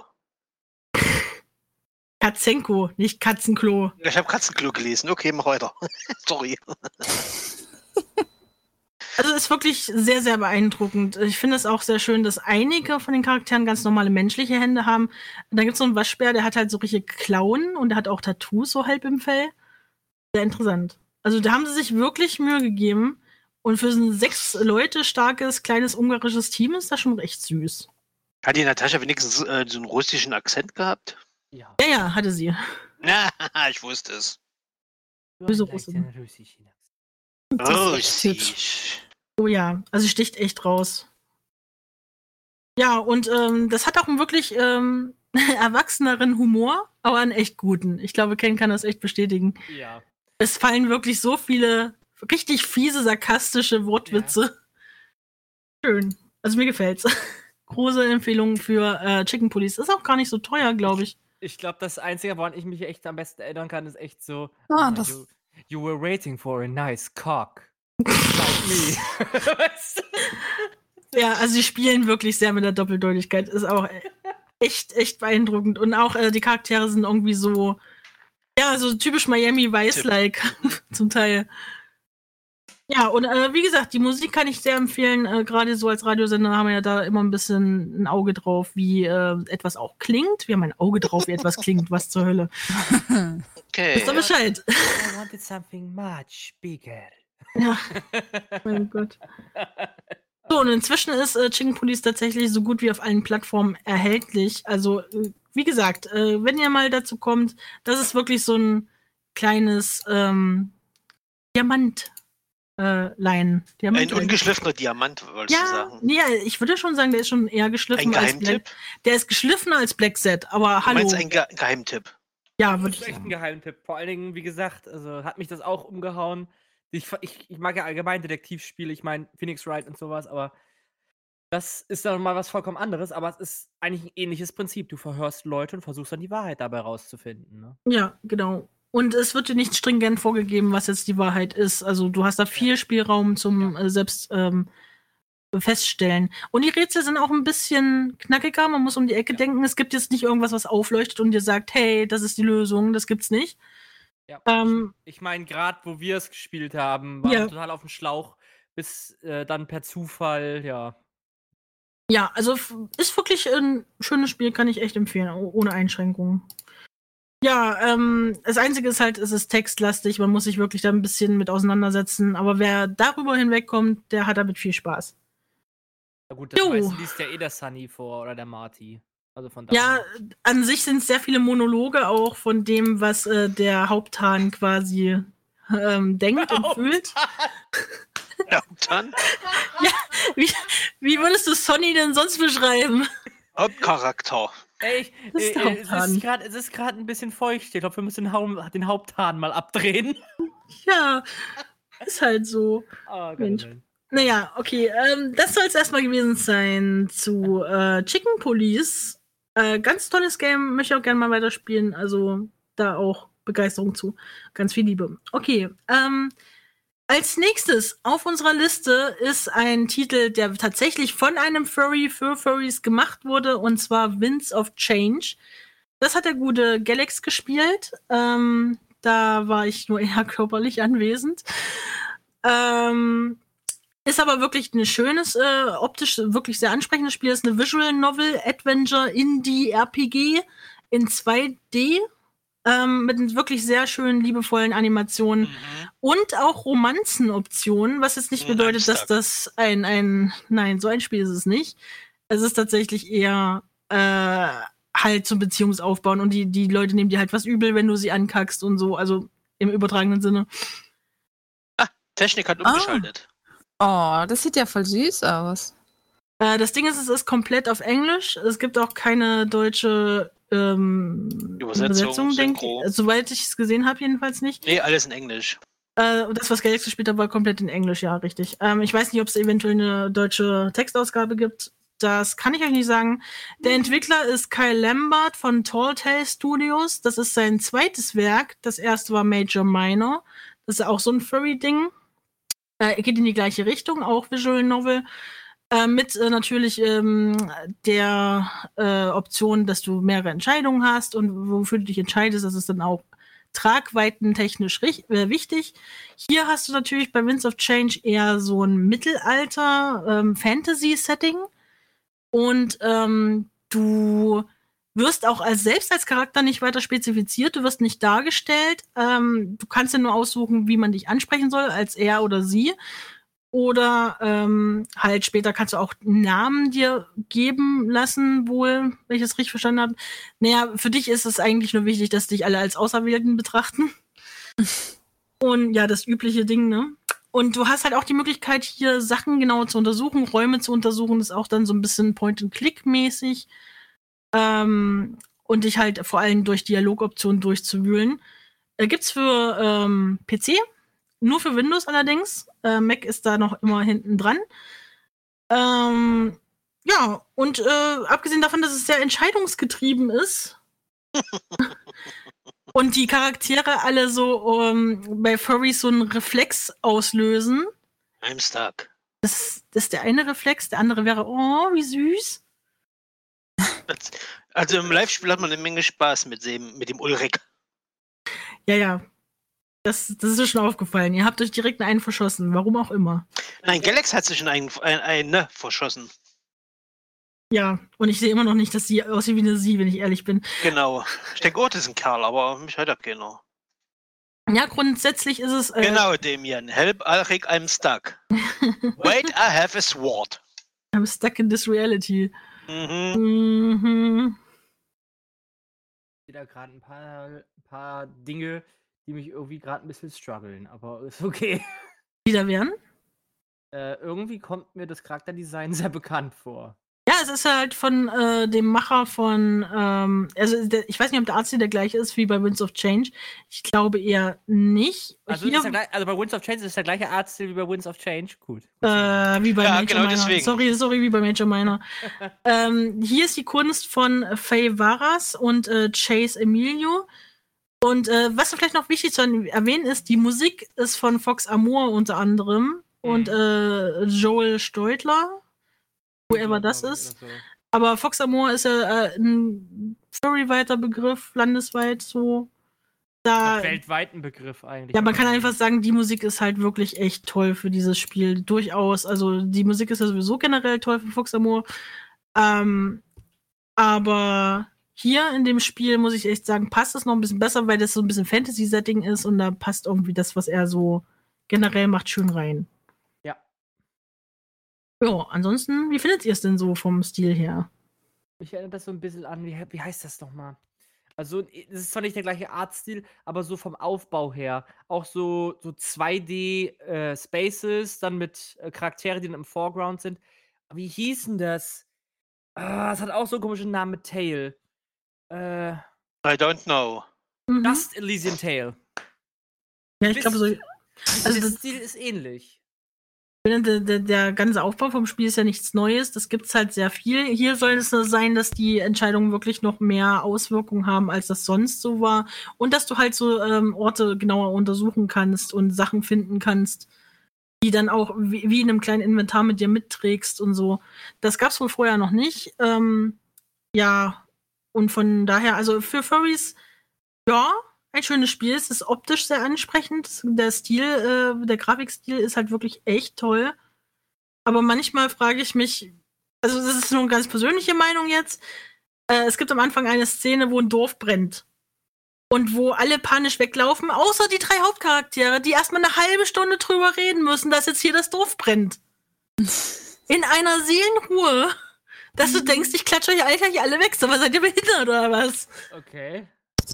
Speaker 1: Katzenko, nicht Katzenklo.
Speaker 4: Ich habe Katzenklo gelesen. Okay, mach weiter. Sorry.
Speaker 1: Also ist wirklich sehr, sehr beeindruckend. Ich finde es auch sehr schön, dass einige von den Charakteren ganz normale menschliche Hände haben. Und dann gibt es so einen Waschbär, der hat halt so richtige Klauen und der hat auch Tattoos so halb im Fell. Sehr interessant. Also da haben sie sich wirklich Mühe gegeben. Und für so ein 6 Leute starkes, kleines ungarisches Team ist das schon recht süß.
Speaker 4: Hat die Natascha wenigstens so einen russischen Akzent gehabt?
Speaker 2: Ja.
Speaker 1: Ja, hatte sie.
Speaker 4: Na, ich wusste es.
Speaker 1: Böse Russin.
Speaker 4: Russisch.
Speaker 1: Oh ja, also sie sticht echt raus. Ja, und das hat auch einen wirklich erwachseneren Humor, aber einen echt guten. Ich glaube, Ken kann das echt bestätigen.
Speaker 2: Ja.
Speaker 1: Es fallen wirklich so viele richtig fiese, sarkastische Wortwitze. Ja. Schön. Also mir gefällt's. Große Empfehlung für Chicken Police. Ist auch gar nicht so teuer, glaube ich.
Speaker 2: Ich glaube, das Einzige, woran ich mich echt am besten erinnern kann, ist echt so, you were waiting for a nice cock. Like me.
Speaker 1: Ja, also sie spielen wirklich sehr mit der Doppeldeutigkeit. Ist auch echt beeindruckend. Und auch die Charaktere sind irgendwie so, ja, so typisch Miami Vice-like zum Teil. Ja, und wie gesagt, die Musik kann ich sehr empfehlen. Gerade so als Radiosender haben wir ja da immer ein bisschen ein Auge drauf, wie etwas auch klingt. Wir haben ein Auge drauf, wie etwas klingt. Was zur Hölle.
Speaker 4: Okay.
Speaker 1: Wisst ihr Bescheid?
Speaker 2: I wanted something much bigger.
Speaker 1: Ja, mein Gott. So, und inzwischen ist Chicken Police tatsächlich so gut wie auf allen Plattformen erhältlich. Also, wie gesagt, wenn ihr mal dazu kommt, das ist wirklich so ein kleines Diamant. Ein
Speaker 4: ungeschliffener Diamant, wolltest du sagen?
Speaker 1: Ja, ich würde schon sagen, der ist schon eher geschliffen.
Speaker 4: Ein Geheimtipp?
Speaker 1: Der ist geschliffener als Black Set, aber hallo.
Speaker 4: Du meinst ein Geheimtipp?
Speaker 1: Ja, würde ich
Speaker 2: sagen. Das ist echt
Speaker 1: sagen.
Speaker 2: ein Geheimtipp. Vor allen Dingen, wie gesagt, also hat mich das auch umgehauen. Ich mag ja allgemein Detektivspiele, ich meine Phoenix Wright und sowas, aber das ist dann mal was vollkommen anderes, aber es ist eigentlich ein ähnliches Prinzip. Du verhörst Leute und versuchst dann die Wahrheit dabei rauszufinden. Ne?
Speaker 1: Ja, genau. Und es wird dir nicht stringent vorgegeben, was jetzt die Wahrheit ist. Also du hast da viel Spielraum zum selbst feststellen. Und die Rätsel sind auch ein bisschen knackiger. Man muss um die Ecke denken. Es gibt jetzt nicht irgendwas, was aufleuchtet und dir sagt, hey, das ist die Lösung. Das gibt's nicht.
Speaker 2: Ja, ich meine, gerade wo wir es gespielt haben, waren wir total auf dem Schlauch, bis dann per Zufall, ja.
Speaker 1: Ja, also ist wirklich ein schönes Spiel, kann ich echt empfehlen, ohne Einschränkungen. Ja, das Einzige ist halt, es ist textlastig, man muss sich wirklich da ein bisschen mit auseinandersetzen, aber wer darüber hinwegkommt, der hat damit viel Spaß.
Speaker 2: Na gut, das meiste liest ja der Sunny vor oder der Marty. Also von
Speaker 1: ja, an sich sind es sehr viele Monologe auch von dem, was der Haupthahn quasi denkt und fühlt.
Speaker 4: Haupthahn?
Speaker 1: Ja, wie würdest du Sonny denn sonst beschreiben?
Speaker 4: Hauptcharakter.
Speaker 2: Ey, es ist gerade ein bisschen feucht. Ich glaube, wir müssen den Haupthahn mal abdrehen.
Speaker 1: Ja, ist halt so.
Speaker 2: Oh,
Speaker 1: Mensch. Naja, okay. Das soll es erstmal gewesen sein zu Chicken Police. Ganz tolles Game. Möchte ich auch gerne mal weiterspielen. Also da auch Begeisterung zu. Ganz viel Liebe. Okay. Als nächstes auf unserer Liste ist ein Titel, der tatsächlich von einem Furry für Furries gemacht wurde, und zwar Winds of Change. Das hat der gute Galax gespielt. Da war ich nur eher körperlich anwesend. Ist aber wirklich ein schönes, optisch wirklich sehr ansprechendes Spiel. Ist eine Visual Novel, Adventure, Indie, RPG in 2D. Mit wirklich sehr schönen, liebevollen Animationen und auch Romanzenoptionen, was jetzt nicht bedeutet, dass das nein, so ein Spiel ist es nicht. Es ist tatsächlich eher halt zum Beziehungsaufbauen und die Leute nehmen dir halt was übel, wenn du sie ankackst und so, also im übertragenen Sinne.
Speaker 4: Technik hat umgeschaltet.
Speaker 3: Oh, das sieht ja voll süß aus.
Speaker 1: Das Ding ist, es ist komplett auf Englisch. Es gibt auch keine deutsche Übersetzung, denke ich. Soweit ich es gesehen habe, jedenfalls nicht.
Speaker 4: Nee, alles in Englisch.
Speaker 1: Das, was Galaxy gespielt hat, war komplett in Englisch, ja, richtig. Ich weiß nicht, ob es eventuell eine deutsche Textausgabe gibt. Das kann ich euch nicht sagen. Der Entwickler ist Kyle Lambert von Tall Tale Studios. Das ist sein zweites Werk. Das erste war Major Minor. Das ist auch so ein Furry-Ding. Geht in die gleiche Richtung, auch Visual Novel. Mit natürlich der Option, dass du mehrere Entscheidungen hast und wofür du dich entscheidest, das ist dann auch tragweitentechnisch wichtig. Hier hast du natürlich bei Winds of Change eher so ein Mittelalter-Fantasy-Setting und du wirst auch selbst als Charakter nicht weiter spezifiziert, du wirst nicht dargestellt. Du kannst ja nur aussuchen, wie man dich ansprechen soll, als er oder sie. Oder halt später kannst du auch Namen dir geben lassen, wohl, wenn ich das richtig verstanden habe. Naja, für dich ist es eigentlich nur wichtig, dass dich alle als Auserwählten betrachten. Und ja, das übliche Ding, ne? Und du hast halt auch die Möglichkeit, hier Sachen genauer zu untersuchen, Räume zu untersuchen. Das ist auch dann so ein bisschen Point-and-Click-mäßig. Und dich halt vor allem durch Dialogoptionen durchzuwühlen. Gibt's für PC, nur für Windows allerdings. Mac ist da noch immer hinten dran. Ja, und abgesehen davon, dass es sehr entscheidungsgetrieben ist und die Charaktere alle so bei Furries so einen Reflex auslösen.
Speaker 4: I'm stuck.
Speaker 1: Das ist der eine Reflex, der andere wäre, oh, wie süß.
Speaker 4: Also im Live-Spiel hat man eine Menge Spaß mit dem Ulrich.
Speaker 1: Ja. Das ist mir schon aufgefallen. Ihr habt euch direkt einen verschossen, warum auch immer.
Speaker 4: Nein, Galax hat sich schon einen verschossen.
Speaker 1: Ja, und ich sehe immer noch nicht, dass sie aussieht wie eine Sie, wenn ich ehrlich bin.
Speaker 4: Genau. Ich denke, das ist ein Kerl, aber mich hört er keiner.
Speaker 1: Ja, grundsätzlich ist es...
Speaker 4: Genau, Damian. Help Ulrich, I'm stuck. Wait, I have a sword.
Speaker 1: I'm stuck in this reality.
Speaker 2: Ich sehe da gerade ein paar Dinge, die mich irgendwie gerade ein bisschen strugglen, aber ist okay.
Speaker 1: Die da wären?
Speaker 2: Irgendwie kommt mir das Charakterdesign sehr bekannt vor.
Speaker 1: Ja, es ist halt von dem Macher von, ich weiß nicht, ob der Artstil der gleiche ist wie bei Winds of Change. Ich glaube eher nicht.
Speaker 2: Also, bei Winds of Change ist der gleiche Artstil wie bei Winds of Change. Gut.
Speaker 1: Wie bei Major
Speaker 4: genau
Speaker 1: Minor.
Speaker 4: deswegen.
Speaker 1: Sorry, wie bei Major Minor. Hier ist die Kunst von Faye Varas und Chase Emilio. Und was vielleicht noch wichtig zu erwähnen ist, die Musik ist von Fox Amour unter anderem und Joel Steutler. Whoever das ist. So. Aber Fox Amour ist ja ein furry-weiter Begriff, landesweit so.
Speaker 2: Weltweit ein Begriff eigentlich.
Speaker 1: Ja, man kann einfach sagen, die Musik ist halt wirklich echt toll für dieses Spiel. Durchaus. Also die Musik ist ja sowieso generell toll für Fox Amour. Aber hier in dem Spiel, muss ich echt sagen, passt es noch ein bisschen besser, weil das so ein bisschen Fantasy-Setting ist und da passt irgendwie das, was er so generell macht, schön rein. Ja, ansonsten, wie findet ihr es denn so vom Stil her?
Speaker 2: Mich erinnert das so ein bisschen an, wie heißt das nochmal? Also, es ist zwar nicht der gleiche Artstil, aber so vom Aufbau her. Auch so 2D-Spaces, dann mit Charakteren, die dann im Foreground sind. Wie hieß denn das? Es hat auch so einen komischen Namen mit Tail.
Speaker 4: I don't know.
Speaker 2: Dust Elysian Tail.
Speaker 1: Ja, ich glaube so.
Speaker 2: Also, der Stil ist ähnlich.
Speaker 1: Der ganze Aufbau vom Spiel ist ja nichts Neues, das gibt's halt sehr viel. Hier soll es nur sein, dass die Entscheidungen wirklich noch mehr Auswirkungen haben, als das sonst so war. Und dass du halt so Orte genauer untersuchen kannst und Sachen finden kannst, die dann auch wie in einem kleinen Inventar mit dir mitträgst und so. Das gab's wohl vorher noch nicht. Ja, und von daher, also für Furries, ja, ein schönes Spiel. Es ist optisch sehr ansprechend. Der Stil, der Grafikstil ist halt wirklich echt toll. Aber manchmal frage ich mich, also das ist nur eine ganz persönliche Meinung jetzt, es gibt am Anfang eine Szene, wo ein Dorf brennt. Und wo alle panisch weglaufen, außer die 3 Hauptcharaktere, die erstmal eine halbe Stunde drüber reden müssen, dass jetzt hier das Dorf brennt. In einer Seelenruhe. Dass du denkst, ich klatsche euch eigentlich alle weg, aber seid ihr behindert oder was?
Speaker 2: Okay.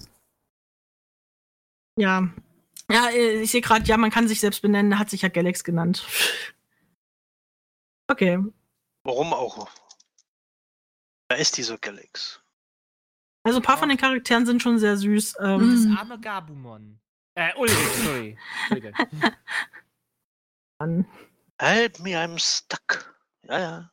Speaker 1: Ja. Ja, ich sehe gerade, ja, man kann sich selbst benennen, hat sich ja Galax genannt. Okay.
Speaker 4: Warum auch? Wer ist dieser Galax?
Speaker 1: Also ein paar von den Charakteren sind schon sehr süß.
Speaker 2: Das arme Gabumon. Ulrich, sorry.
Speaker 4: Help me, I'm stuck. Ja.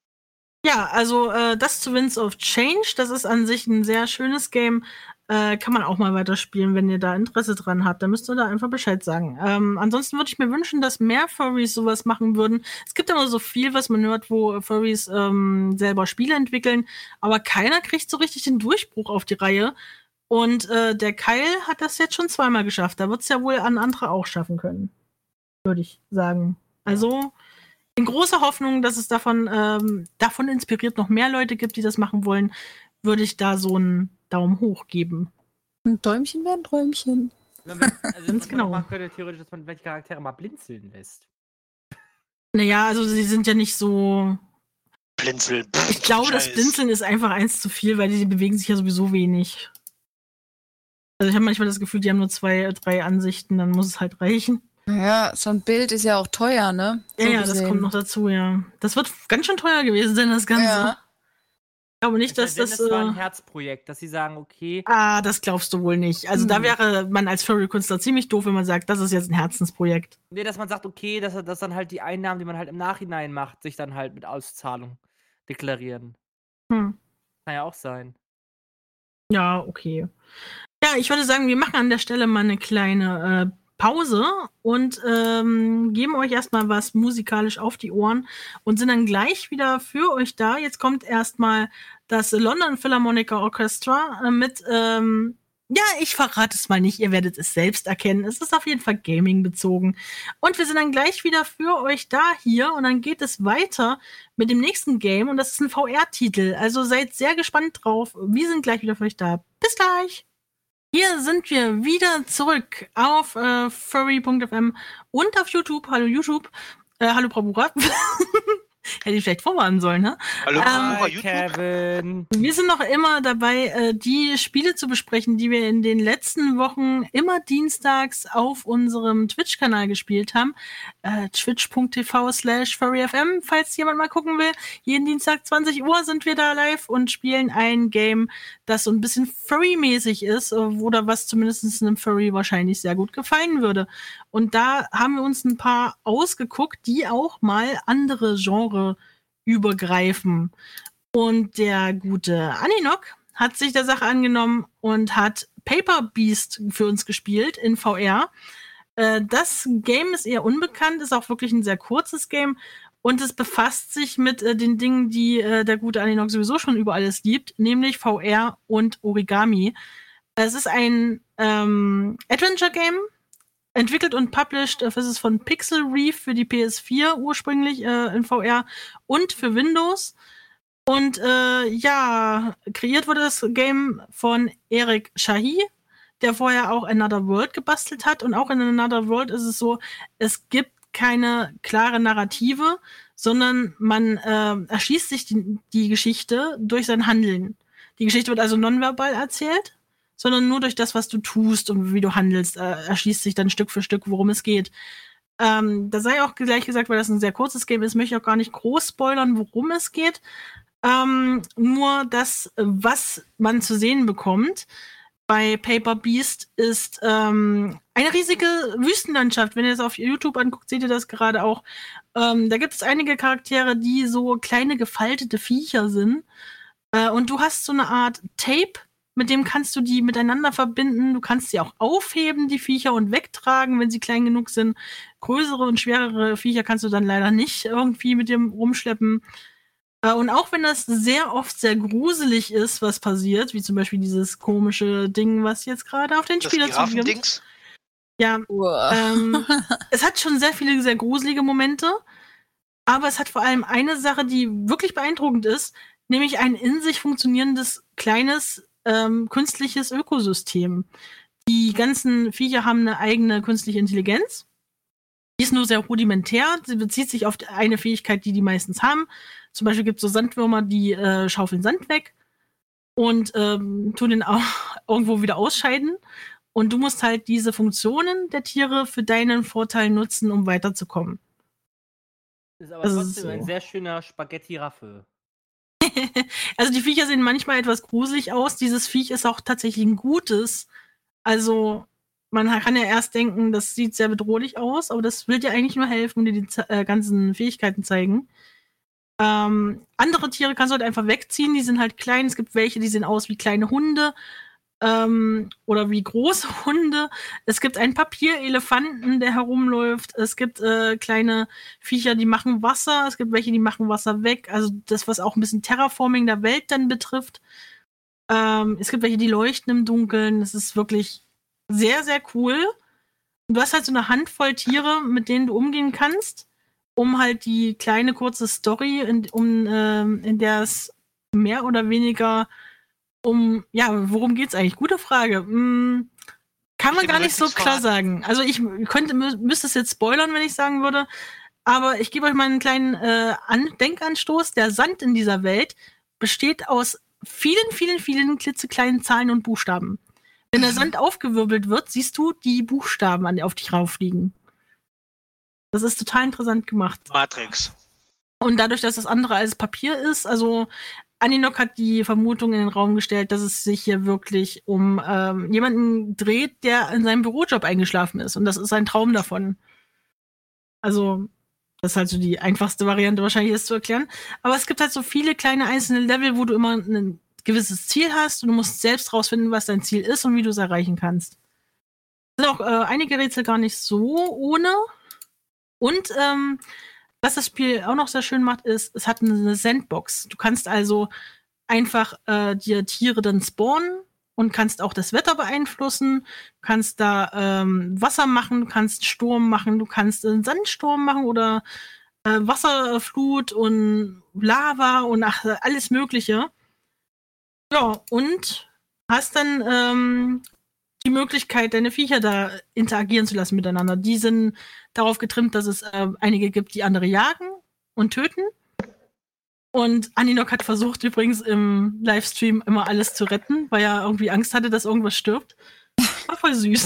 Speaker 1: Ja, also das zu Winds of Change, das ist an sich ein sehr schönes Game. Kann man auch mal weiterspielen, wenn ihr da Interesse dran habt. Dann müsst ihr da einfach Bescheid sagen. Ansonsten würde ich mir wünschen, dass mehr Furries sowas machen würden. Es gibt immer so viel, was man hört, wo Furries selber Spiele entwickeln, aber keiner kriegt so richtig den Durchbruch auf die Reihe. Und der Kyle hat das jetzt schon 2-mal geschafft. Da wird es ja wohl an andere auch schaffen können, würde ich sagen. Also in großer Hoffnung, dass es davon inspiriert noch mehr Leute gibt, die das machen wollen, würde ich da so einen Daumen hoch geben.
Speaker 3: Ein Däumchen wäre ein Träumchen.
Speaker 2: Also
Speaker 1: genau.
Speaker 2: Man könnte theoretisch, dass man welche Charaktere mal blinzeln lässt.
Speaker 1: Naja, also sie sind ja nicht so...
Speaker 4: Blinzeln.
Speaker 1: Ich glaube, das Blinzeln ist einfach 1 zu viel, weil die bewegen sich ja sowieso wenig. Also ich habe manchmal das Gefühl, die haben nur 2, 3 Ansichten, dann muss es halt reichen.
Speaker 3: Ja, so ein Bild ist ja auch teuer, ne? So
Speaker 1: Ja, das kommt noch dazu, ja. Das wird ganz schön teuer gewesen sein, das Ganze.
Speaker 3: Ja.
Speaker 1: Ich glaube nicht, dass das...
Speaker 2: Das war ein Herzprojekt, dass sie sagen, okay...
Speaker 1: das glaubst du wohl nicht. Also da wäre man als Furry-Künstler ziemlich doof, wenn man sagt, das ist jetzt ein Herzensprojekt.
Speaker 2: Nee, dass man sagt, okay, dass dann halt die Einnahmen, die man halt im Nachhinein macht, sich dann halt mit Auszahlung deklarieren. Kann ja auch sein.
Speaker 1: Ja, okay. Ja, ich würde sagen, wir machen an der Stelle mal eine kleine Pause und geben euch erstmal was musikalisch auf die Ohren und sind dann gleich wieder für euch da. Jetzt kommt erstmal das London Philharmonic Orchestra mit, ja, ich verrate es mal nicht, ihr werdet es selbst erkennen. Es ist auf jeden Fall Gaming bezogen. Und wir sind dann gleich wieder für euch da hier und dann geht es weiter mit dem nächsten Game und das ist ein VR-Titel. Also seid sehr gespannt drauf. Wir sind gleich wieder für euch da. Bis gleich! Hier sind wir wieder zurück auf furry.fm und auf YouTube. Hallo YouTube. Hallo Bravura. Hätte ich vielleicht vorwarnen sollen, ne?
Speaker 4: Hallo
Speaker 2: Hi, Kevin.
Speaker 1: Wir sind noch immer dabei, die Spiele zu besprechen, die wir in den letzten Wochen immer dienstags auf unserem Twitch-Kanal gespielt haben. Twitch.tv/furryfm, falls jemand mal gucken will. Jeden Dienstag 20 Uhr sind wir da live und spielen ein Game, das so ein bisschen Furry-mäßig ist oder was zumindest einem Furry wahrscheinlich sehr gut gefallen würde. Und da haben wir uns ein paar ausgeguckt, die auch mal andere Genre übergreifen. Und der gute Aninok hat sich der Sache angenommen und hat Paper Beast für uns gespielt in VR. Das Game ist eher unbekannt, ist auch wirklich ein sehr kurzes Game und es befasst sich mit den Dingen, die der gute Aninok sowieso schon über alles liebt, nämlich VR und Origami. Es ist ein Adventure-Game, entwickelt und published, das ist von Pixel Reef für die PS4 ursprünglich in VR und für Windows. Und ja, kreiert wurde das Game von Eric Shahi, der vorher auch Another World gebastelt hat. Und auch in Another World ist es so, es gibt keine klare Narrative, sondern man erschließt sich die Geschichte durch sein Handeln. Die Geschichte wird also nonverbal erzählt, sondern nur durch das, was du tust und wie du handelst, erschließt sich dann Stück für Stück, worum es geht. Da sei auch gleich gesagt, weil das ein sehr kurzes Game ist, möchte ich auch gar nicht groß spoilern, worum es geht. Nur das, was man zu sehen bekommt bei Paper Beast, ist eine riesige Wüstenlandschaft. Wenn ihr das auf YouTube anguckt, seht ihr das gerade auch. Da gibt es einige Charaktere, die so kleine gefaltete Viecher sind. Und du hast so eine Art Tape, mit dem kannst du die miteinander verbinden. Du kannst sie auch aufheben, die Viecher, und wegtragen, wenn sie klein genug sind. Größere und schwerere Viecher kannst du dann leider nicht irgendwie mit dem rumschleppen. Und auch wenn das sehr oft sehr gruselig ist, was passiert, wie zum Beispiel dieses komische Ding, was jetzt gerade auf den Spieler zugeht. Ja, es hat schon sehr viele sehr gruselige Momente. Aber es hat vor allem eine Sache, die wirklich beeindruckend ist, nämlich ein in sich funktionierendes, kleines, künstliches Ökosystem. Die ganzen Viecher haben eine eigene künstliche Intelligenz. Die ist nur sehr rudimentär. Sie bezieht sich auf eine Fähigkeit, die meistens haben. Zum Beispiel gibt es so Sandwürmer, die schaufeln Sand weg und tun den auch irgendwo wieder ausscheiden. Und du musst halt diese Funktionen der Tiere für deinen Vorteil nutzen, um weiterzukommen.
Speaker 2: Ist aber trotzdem ein sehr schöner Spaghetti-Raffel.
Speaker 1: Also die Viecher sehen manchmal etwas gruselig aus. Dieses Viech ist auch tatsächlich ein gutes. Also man kann ja erst denken, das sieht sehr bedrohlich aus, aber das will dir eigentlich nur helfen und dir die ganzen Fähigkeiten zeigen. Andere Tiere kannst du halt einfach wegziehen, die sind halt klein. Es gibt welche, die sehen aus wie kleine Hunde oder wie große Hunde. Es gibt einen Papierelefanten, der herumläuft. Es gibt kleine Viecher, die machen Wasser. Es gibt welche, die machen Wasser weg. Also das, was auch ein bisschen Terraforming der Welt dann betrifft. Es gibt welche, die leuchten im Dunkeln. Das ist wirklich sehr, sehr cool. Und du hast halt so eine Handvoll Tiere, mit denen du umgehen kannst, um halt die kleine, kurze Story, in der es mehr oder weniger worum geht's eigentlich? Gute Frage. Kann man gar nicht so klar sagen. Also ich müsste es jetzt spoilern, wenn ich sagen würde. Aber ich gebe euch mal einen kleinen Denkanstoß. Der Sand in dieser Welt besteht aus vielen, vielen, vielen klitzekleinen Zahlen und Buchstaben. Wenn der Sand aufgewirbelt wird, siehst du die Buchstaben auf dich rauffliegen. Das ist total interessant gemacht.
Speaker 4: Matrix.
Speaker 1: Und dadurch, dass das andere als Papier ist, also Aninok hat die Vermutung in den Raum gestellt, dass es sich hier wirklich um jemanden dreht, der in seinem Bürojob eingeschlafen ist. Und das ist ein Traum davon. Also, das ist halt so die einfachste Variante wahrscheinlich ist zu erklären. Aber es gibt halt so viele kleine einzelne Level, wo du immer ein gewisses Ziel hast und du musst selbst rausfinden, was dein Ziel ist und wie du es erreichen kannst. Es sind auch einige Rätsel gar nicht so ohne. Und was das Spiel auch noch sehr schön macht, ist, es hat eine Sandbox. Du kannst also einfach dir Tiere dann spawnen und kannst auch das Wetter beeinflussen. Du kannst da Wasser machen, du kannst Sturm machen, du kannst einen Sandsturm machen oder Wasserflut und Lava und alles Mögliche. Ja, und hast dann die Möglichkeit, deine Viecher da interagieren zu lassen miteinander. Die sind darauf getrimmt, dass es einige gibt, die andere jagen und töten. Und Aninok hat versucht übrigens im Livestream immer alles zu retten, weil er irgendwie Angst hatte, dass irgendwas stirbt. War voll süß.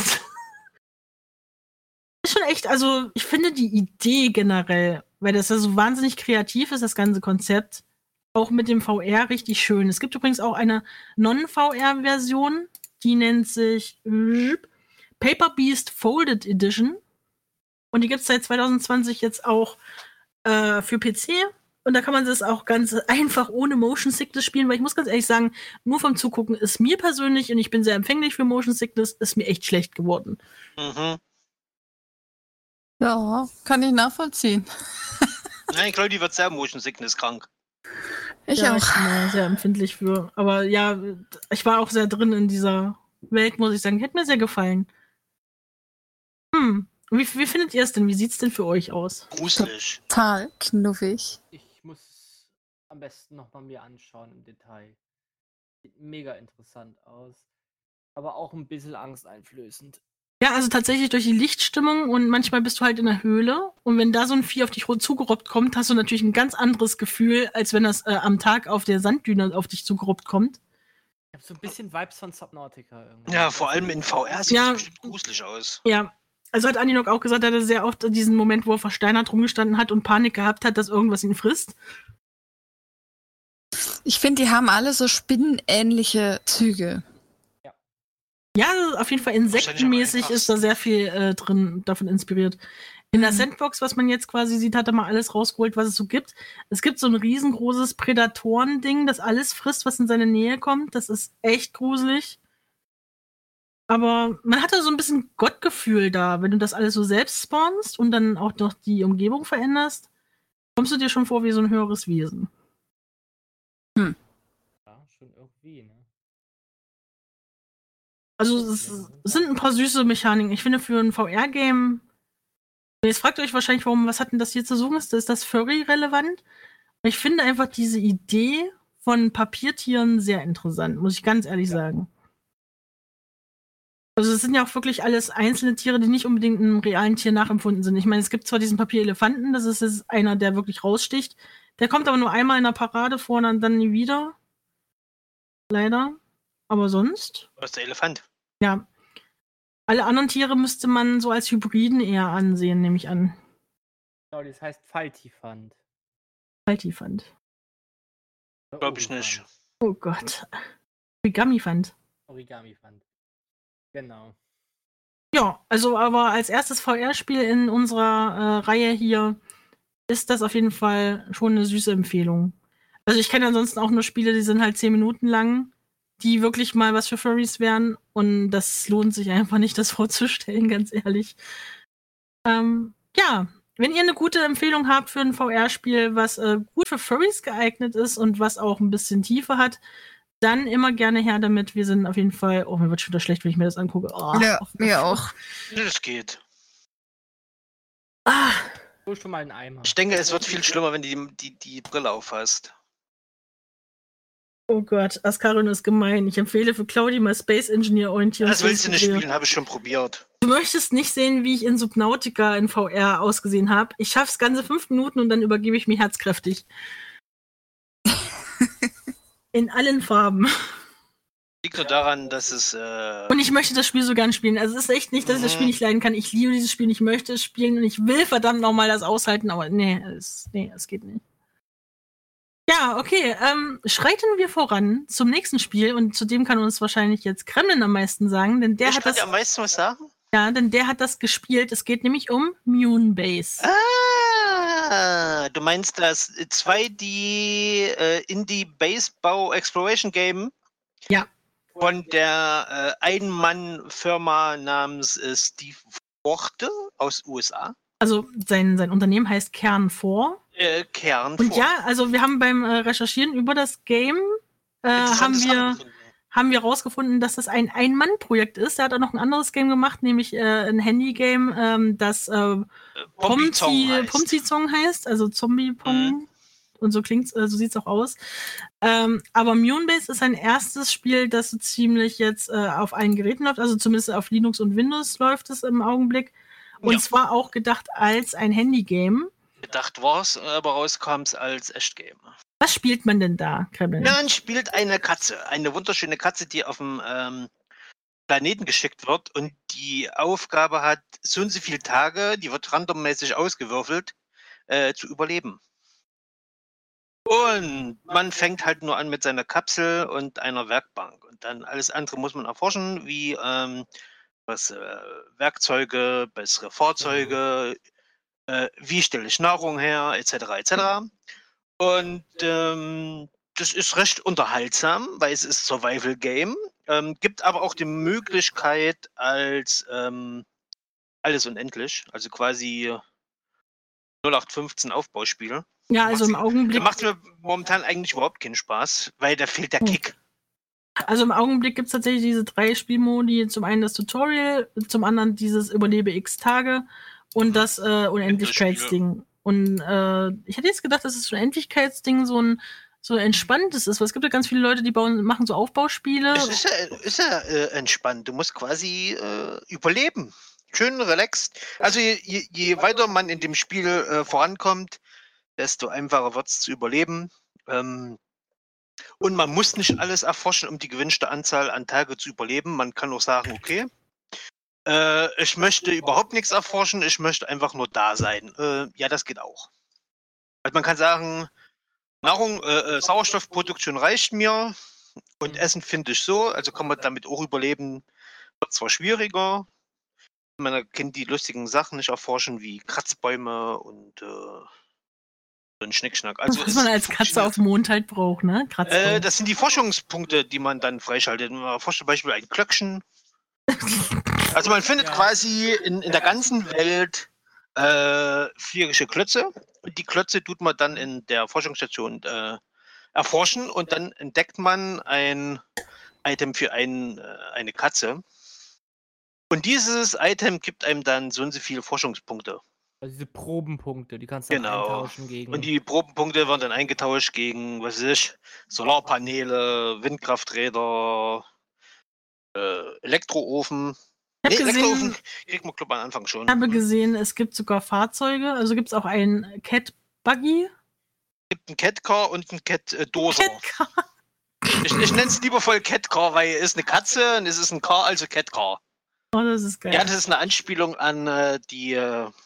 Speaker 1: Ist schon echt, also ich finde die Idee generell, weil das ja so wahnsinnig kreativ ist, das ganze Konzept, auch mit dem VR richtig schön. Es gibt übrigens auch eine Non-VR-Version, die nennt sich Paper Beast Folded Edition. Und die gibt es seit 2020 jetzt auch für PC. Und da kann man das auch ganz einfach ohne Motion Sickness spielen, weil ich muss ganz ehrlich sagen, nur vom Zugucken ist mir persönlich, und ich bin sehr empfänglich für Motion Sickness, ist mir echt schlecht geworden.
Speaker 4: Mhm.
Speaker 3: Ja, kann ich nachvollziehen.
Speaker 4: Nein, ich glaube, die wird sehr Motion Sickness krank.
Speaker 3: Ich
Speaker 1: ja,
Speaker 3: auch.
Speaker 1: Ich bin da sehr empfindlich für. Aber ja, ich war auch sehr drin in dieser Welt, muss ich sagen. Hätte mir sehr gefallen. Wie findet ihr es denn? Wie sieht's denn für euch aus?
Speaker 4: Gruselig.
Speaker 3: Total knuffig.
Speaker 2: Ich muss am besten nochmal mir anschauen im Detail. Sieht mega interessant aus. Aber auch ein bisschen angsteinflößend.
Speaker 1: Ja, also tatsächlich durch die Lichtstimmung und manchmal bist du halt in der Höhle und wenn da so ein Vieh auf dich zugerobbt kommt, hast du natürlich ein ganz anderes Gefühl, als wenn das am Tag auf der Sanddüne auf dich zugerobbt kommt.
Speaker 2: Ich hab so ein bisschen Vibes von Subnautica irgendwie.
Speaker 4: Ja, vor allem in VR sieht das bestimmt gruselig aus.
Speaker 1: Ja, also hat Aninok auch gesagt, er hatte sehr oft diesen Moment, wo er versteinert rumgestanden hat und Panik gehabt hat, dass irgendwas ihn frisst.
Speaker 3: Ich finde, die haben alle so spinnenähnliche Züge.
Speaker 1: Ja, auf jeden Fall insektenmäßig ist da sehr viel drin, davon inspiriert. In der Sandbox, was man jetzt quasi sieht, hat er mal alles rausgeholt, was es so gibt. Es gibt so ein riesengroßes Prädatoren-Ding, das alles frisst, was in seine Nähe kommt. Das ist echt gruselig. Aber man hatte so ein bisschen Gottgefühl da, wenn du das alles so selbst spawnst und dann auch noch die Umgebung veränderst, kommst du dir schon vor wie so ein höheres Wesen.
Speaker 2: Ja, schon irgendwie, ne?
Speaker 1: Also es sind ein paar süße Mechaniken. Ich finde, für ein VR-Game Jetzt fragt ihr euch wahrscheinlich, was hat denn das hier zu suchen? Ist das Furry-relevant? Ich finde einfach diese Idee von Papiertieren sehr interessant, muss ich ganz ehrlich sagen. Also es sind ja auch wirklich alles einzelne Tiere, die nicht unbedingt einem realen Tier nachempfunden sind. Ich meine, es gibt zwar diesen Papierelefanten, das ist jetzt einer, der wirklich raussticht. Der kommt aber nur einmal in der Parade vor und dann nie wieder. Leider. Aber sonst?
Speaker 4: Was ist der Elefant?
Speaker 1: Ja. Alle anderen Tiere müsste man so als Hybriden eher ansehen, nehme ich an.
Speaker 2: Genau, das heißt Faltifant.
Speaker 1: Faltifant.
Speaker 4: Glaube ich nicht.
Speaker 1: Oh Gott. Origamifant.
Speaker 2: Origamifant. Genau.
Speaker 1: Ja, also aber als erstes VR-Spiel in unserer Reihe hier ist das auf jeden Fall schon eine süße Empfehlung. Also ich kenne ansonsten auch nur Spiele, die sind halt 10 Minuten lang, die wirklich mal was für Furries wären und das lohnt sich einfach nicht, das vorzustellen, ganz ehrlich. Ja, wenn ihr eine gute Empfehlung habt für ein VR-Spiel, was gut für Furries geeignet ist und was auch ein bisschen Tiefe hat, dann immer gerne her damit. Wir sind auf jeden Fall, mir wird schon wieder schlecht, wenn ich mir das angucke. Oh,
Speaker 3: ja, mir auch.
Speaker 4: Das geht.
Speaker 2: Hol schon mal einen Eimer.
Speaker 4: Ich denke, es wird viel schlimmer, wenn du die Brille aufhast.
Speaker 1: Oh Gott, Ascaron ist gemein. Ich empfehle für Claudi mal Space Engineer orientieren.
Speaker 4: Das willst du nicht spielen, habe ich schon probiert.
Speaker 1: Du möchtest nicht sehen, wie ich in Subnautica in VR ausgesehen habe. Ich schaff's ganze 5 Minuten und dann übergebe ich mich herzkräftig. In allen Farben.
Speaker 4: Liegt nur daran, dass es.
Speaker 1: Und ich möchte das Spiel so gern spielen. Also es ist echt nicht, dass ich das Spiel nicht leiden kann. Ich liebe dieses Spiel, ich möchte es spielen und ich will verdammt nochmal das aushalten, aber es geht nicht. Ja, okay. Schreiten wir voran zum nächsten Spiel und zu dem kann uns wahrscheinlich jetzt Kremlin am meisten sagen, denn der hat das.
Speaker 4: am meisten was sagen?
Speaker 1: Ja, denn der hat das gespielt. Es geht nämlich um Moonbase.
Speaker 4: Du meinst das 2D Indie-Basebau-Exploration-Game?
Speaker 1: Ja.
Speaker 4: Von der Ein-Mann-Firma namens Steve Forte aus USA.
Speaker 1: Also sein Unternehmen heißt Kern 4.
Speaker 4: Kern 4.
Speaker 1: Und ja, also wir haben beim Recherchieren über das Game haben wir rausgefunden, dass das ein Ein-Mann-Projekt ist. Er hat auch noch ein anderes Game gemacht, nämlich ein Handy-Game, das Pomzi-Zong heißt, also Zombie-Pong. Und so klingt's, so sieht's auch aus. Aber Moonbase ist ein erstes Spiel, das so ziemlich jetzt auf allen Geräten läuft, also zumindest auf Linux und Windows läuft es im Augenblick. Und zwar auch gedacht als ein Handy-Game.
Speaker 4: Gedacht war's, aber rauskam es als Echt-Game.
Speaker 1: Was spielt man denn da, Kremlin?
Speaker 4: Man spielt eine Katze, eine wunderschöne Katze, die auf dem Planeten geschickt wird und die Aufgabe hat, so und so viele Tage, die wird randommäßig ausgewürfelt, zu überleben. Und man fängt halt nur an mit seiner Kapsel und einer Werkbank. Und dann alles andere muss man erforschen, wie Werkzeuge, bessere Fahrzeuge, wie stelle ich Nahrung her, etc. etc. Und das ist recht unterhaltsam, weil es ist Survival-Game, gibt aber auch die Möglichkeit als alles unendlich, also quasi 0815 Aufbauspiel.
Speaker 1: Ja, also im Augenblick.
Speaker 4: Da macht es mir momentan eigentlich überhaupt keinen Spaß, weil da fehlt der Kick.
Speaker 1: Also im Augenblick gibt es tatsächlich diese 3 Spielmodi. Zum einen das Tutorial, zum anderen dieses Überlebe X Tage und das Unendlichkeitsding. Und ich hätte jetzt gedacht, dass das Unendlichkeitsding so ein entspanntes ist, weil es gibt ja ganz viele Leute, die machen so Aufbauspiele.
Speaker 4: Es ist ja entspannt. Du musst quasi überleben. Schön relaxed. Also je weiter man in dem Spiel vorankommt, desto einfacher wird es zu überleben. Und man muss nicht alles erforschen, um die gewünschte Anzahl an Tage zu überleben. Man kann auch sagen, okay, ich möchte überhaupt nichts erforschen, ich möchte einfach nur da sein. Ja, das geht auch. Also man kann sagen, Sauerstoffproduktion reicht mir und Essen finde ich so, also kann man damit auch überleben. Wird zwar schwieriger, man kennt die lustigen Sachen nicht erforschen, wie Kratzbäume und so ein Schnickschnack. Also
Speaker 1: was man als Katze auf dem Mond halt braucht, ne? Kratzbäume.
Speaker 4: Das sind die Forschungspunkte, die man dann freischaltet. Man erforscht zum Beispiel ein Glöckchen. Also man findet quasi in der ganzen Welt fliegerische Klötze. Und die Klötze tut man dann in der Forschungsstation erforschen und dann entdeckt man ein Item für eine Katze. Und dieses Item gibt einem dann so und so viele Forschungspunkte.
Speaker 2: Also diese Probenpunkte, die kannst du dann
Speaker 4: Genau.
Speaker 2: eintauschen gegen.
Speaker 4: Und die Probenpunkte werden dann eingetauscht gegen, was weiß ich, Solarpaneele, Windkrafträder, Elektroofen.
Speaker 1: Ich habe
Speaker 4: Elektroofen
Speaker 1: gesehen,
Speaker 4: kriegt man, glaube ich, am Anfang schon.
Speaker 1: ich habe gesehen, es gibt sogar Fahrzeuge. Also gibt es auch einen Cat Buggy.
Speaker 4: Es gibt einen Catcar und einen Cat-Doser.
Speaker 1: Catcar.
Speaker 4: Ich nenne es liebevoll Catcar, weil es ist eine Katze und es ist ein Car, also Catcar.
Speaker 1: Oh, das ist geil.
Speaker 4: Ja, das ist eine Anspielung an die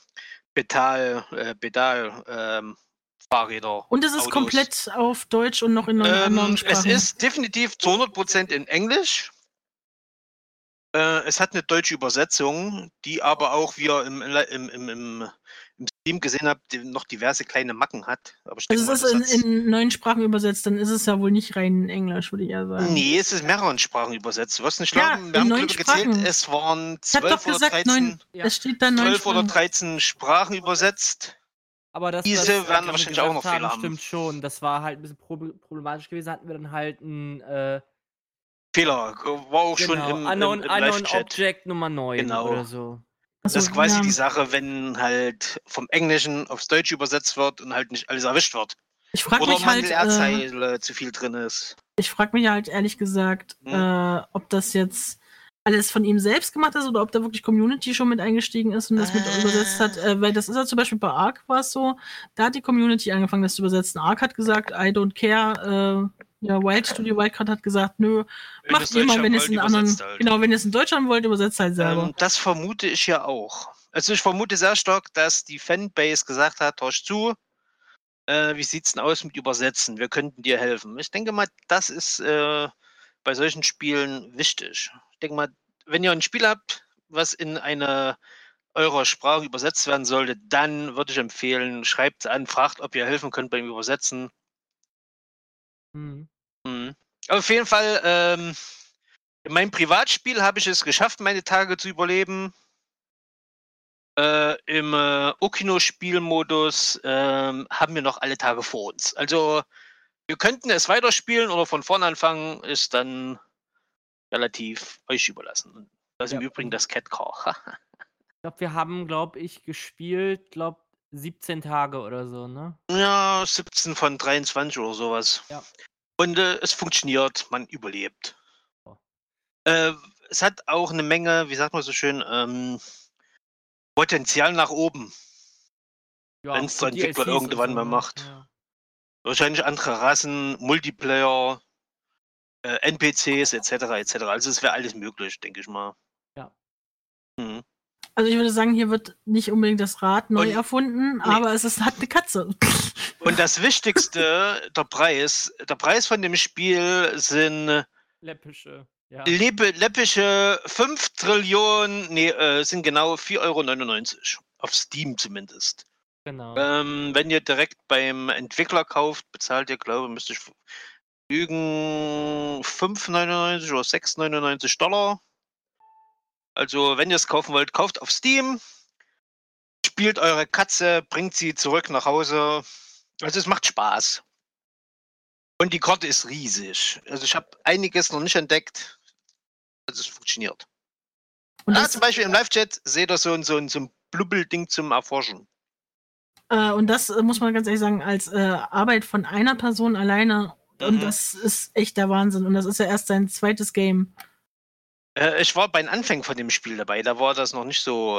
Speaker 4: Fahrräder.
Speaker 1: Und es ist
Speaker 4: Autos.
Speaker 1: komplett auf Deutsch und noch in anderen Sprachen.
Speaker 4: Es ist definitiv zu 100% in Englisch. Es hat eine deutsche Übersetzung, die aber auch, wie ihr im Stream gesehen habt, noch diverse kleine Macken hat. Aber ich denke
Speaker 1: Also es
Speaker 4: mal,
Speaker 1: ist in 9 Sprachen übersetzt, dann ist es ja wohl nicht rein Englisch, würde ich eher sagen.
Speaker 4: Nee, es ist in mehreren Sprachen übersetzt. Du wirst nicht
Speaker 1: Ja,
Speaker 4: glauben, wir
Speaker 1: in
Speaker 4: haben
Speaker 1: 9
Speaker 4: gezählt,
Speaker 1: Sprachen.
Speaker 4: es waren
Speaker 1: Ich hab
Speaker 4: 12
Speaker 1: doch
Speaker 4: oder
Speaker 1: gesagt,
Speaker 4: 13,
Speaker 1: es steht da 9
Speaker 4: 12 oder
Speaker 1: Sprachen.
Speaker 4: 13 Sprachen übersetzt.
Speaker 2: Aber das
Speaker 4: Diese werden
Speaker 2: Gavin
Speaker 4: wahrscheinlich auch noch
Speaker 2: gesagt
Speaker 4: Fehler haben.
Speaker 2: Stimmt schon. Das war halt ein bisschen problematisch gewesen. Hatten wir dann halt ein
Speaker 4: Fehler, war auch schon im
Speaker 2: Unknown
Speaker 4: Live-Chat.
Speaker 2: Object Nummer 9
Speaker 4: Genau.
Speaker 2: oder so.
Speaker 4: Das ist quasi die Sache, wenn halt vom Englischen aufs Deutsche übersetzt wird und halt nicht alles erwischt wird.
Speaker 1: Ich frage
Speaker 4: Oder
Speaker 1: mich
Speaker 4: man
Speaker 1: halt,
Speaker 4: Leerzeile zu viel drin ist.
Speaker 1: ich frage mich halt ehrlich gesagt, ob das jetzt alles von ihm selbst gemacht ist oder ob da wirklich Community schon mit eingestiegen ist und das mit übersetzt hat. Weil das ist ja zum Beispiel bei Ark war es so, da hat die Community angefangen, das zu übersetzen. Ark hat gesagt, I don't care. Studio Wildcard hat gesagt, nö, macht ihr mal, wenn ihr es in anderen,
Speaker 4: halt.
Speaker 1: genau, wenn ihr es in Deutschland wollt, übersetzt halt selber.
Speaker 4: Das vermute ich ja auch. Also ich vermute sehr stark, dass die Fanbase gesagt hat, hörst zu, wie sieht's denn aus mit Übersetzen? Wir könnten dir helfen. Ich denke mal, das ist bei solchen Spielen wichtig. Ich denke mal, wenn ihr ein Spiel habt, was in eine eurer Sprache übersetzt werden sollte, dann würde ich empfehlen, schreibt an, fragt, ob ihr helfen könnt beim Übersetzen. Aber auf jeden Fall, in meinem Privatspiel habe ich es geschafft, meine Tage zu überleben. Im Okino-Spielmodus haben wir noch alle Tage vor uns. Also wir könnten es weiterspielen oder von vorne anfangen, ist dann relativ euch überlassen. Das ist im Übrigen das Catcar.
Speaker 2: Ich glaube, wir haben, gespielt, 17 Tage oder so, ne?
Speaker 4: Ja, 17 von 23 oder sowas.
Speaker 2: Ja.
Speaker 4: Und es funktioniert, man überlebt. Es hat auch eine Menge, wie sagt man so schön, Potenzial nach oben.
Speaker 2: Ja,
Speaker 4: wenn es der Entwickler
Speaker 2: DLCs
Speaker 4: irgendwann
Speaker 2: und
Speaker 4: mal
Speaker 2: so,
Speaker 4: macht.
Speaker 2: Ja.
Speaker 4: Wahrscheinlich andere Rassen, Multiplayer, NPCs etc. Also es wäre alles möglich, denke ich mal.
Speaker 2: Ja.
Speaker 1: Also ich würde sagen, hier wird nicht unbedingt das Rad neu erfunden, aber es hat eine Katze.
Speaker 4: Und das Wichtigste, der Preis von dem Spiel sind
Speaker 2: läppische
Speaker 4: 5 Trillionen, sind genau 4,99 € auf Steam zumindest.
Speaker 2: Genau.
Speaker 4: Wenn ihr direkt beim Entwickler kauft, bezahlt ihr, glaube ich, müsste ich lügen, 5,99 oder 6,99 $. Also wenn ihr es kaufen wollt, kauft auf Steam, spielt eure Katze, bringt sie zurück nach Hause. Also es macht Spaß. Und die Karte ist riesig. Also ich habe einiges noch nicht entdeckt. Also es funktioniert. Und zum Beispiel im Live-Chat seht ihr so ein Blubbelding zum Erforschen.
Speaker 1: Und das muss man ganz ehrlich sagen, als Arbeit von einer Person alleine. Und das ist echt der Wahnsinn. Und das ist ja erst sein zweites Game.
Speaker 4: Ich war bei den Anfängen von dem Spiel dabei. Da war das noch nicht so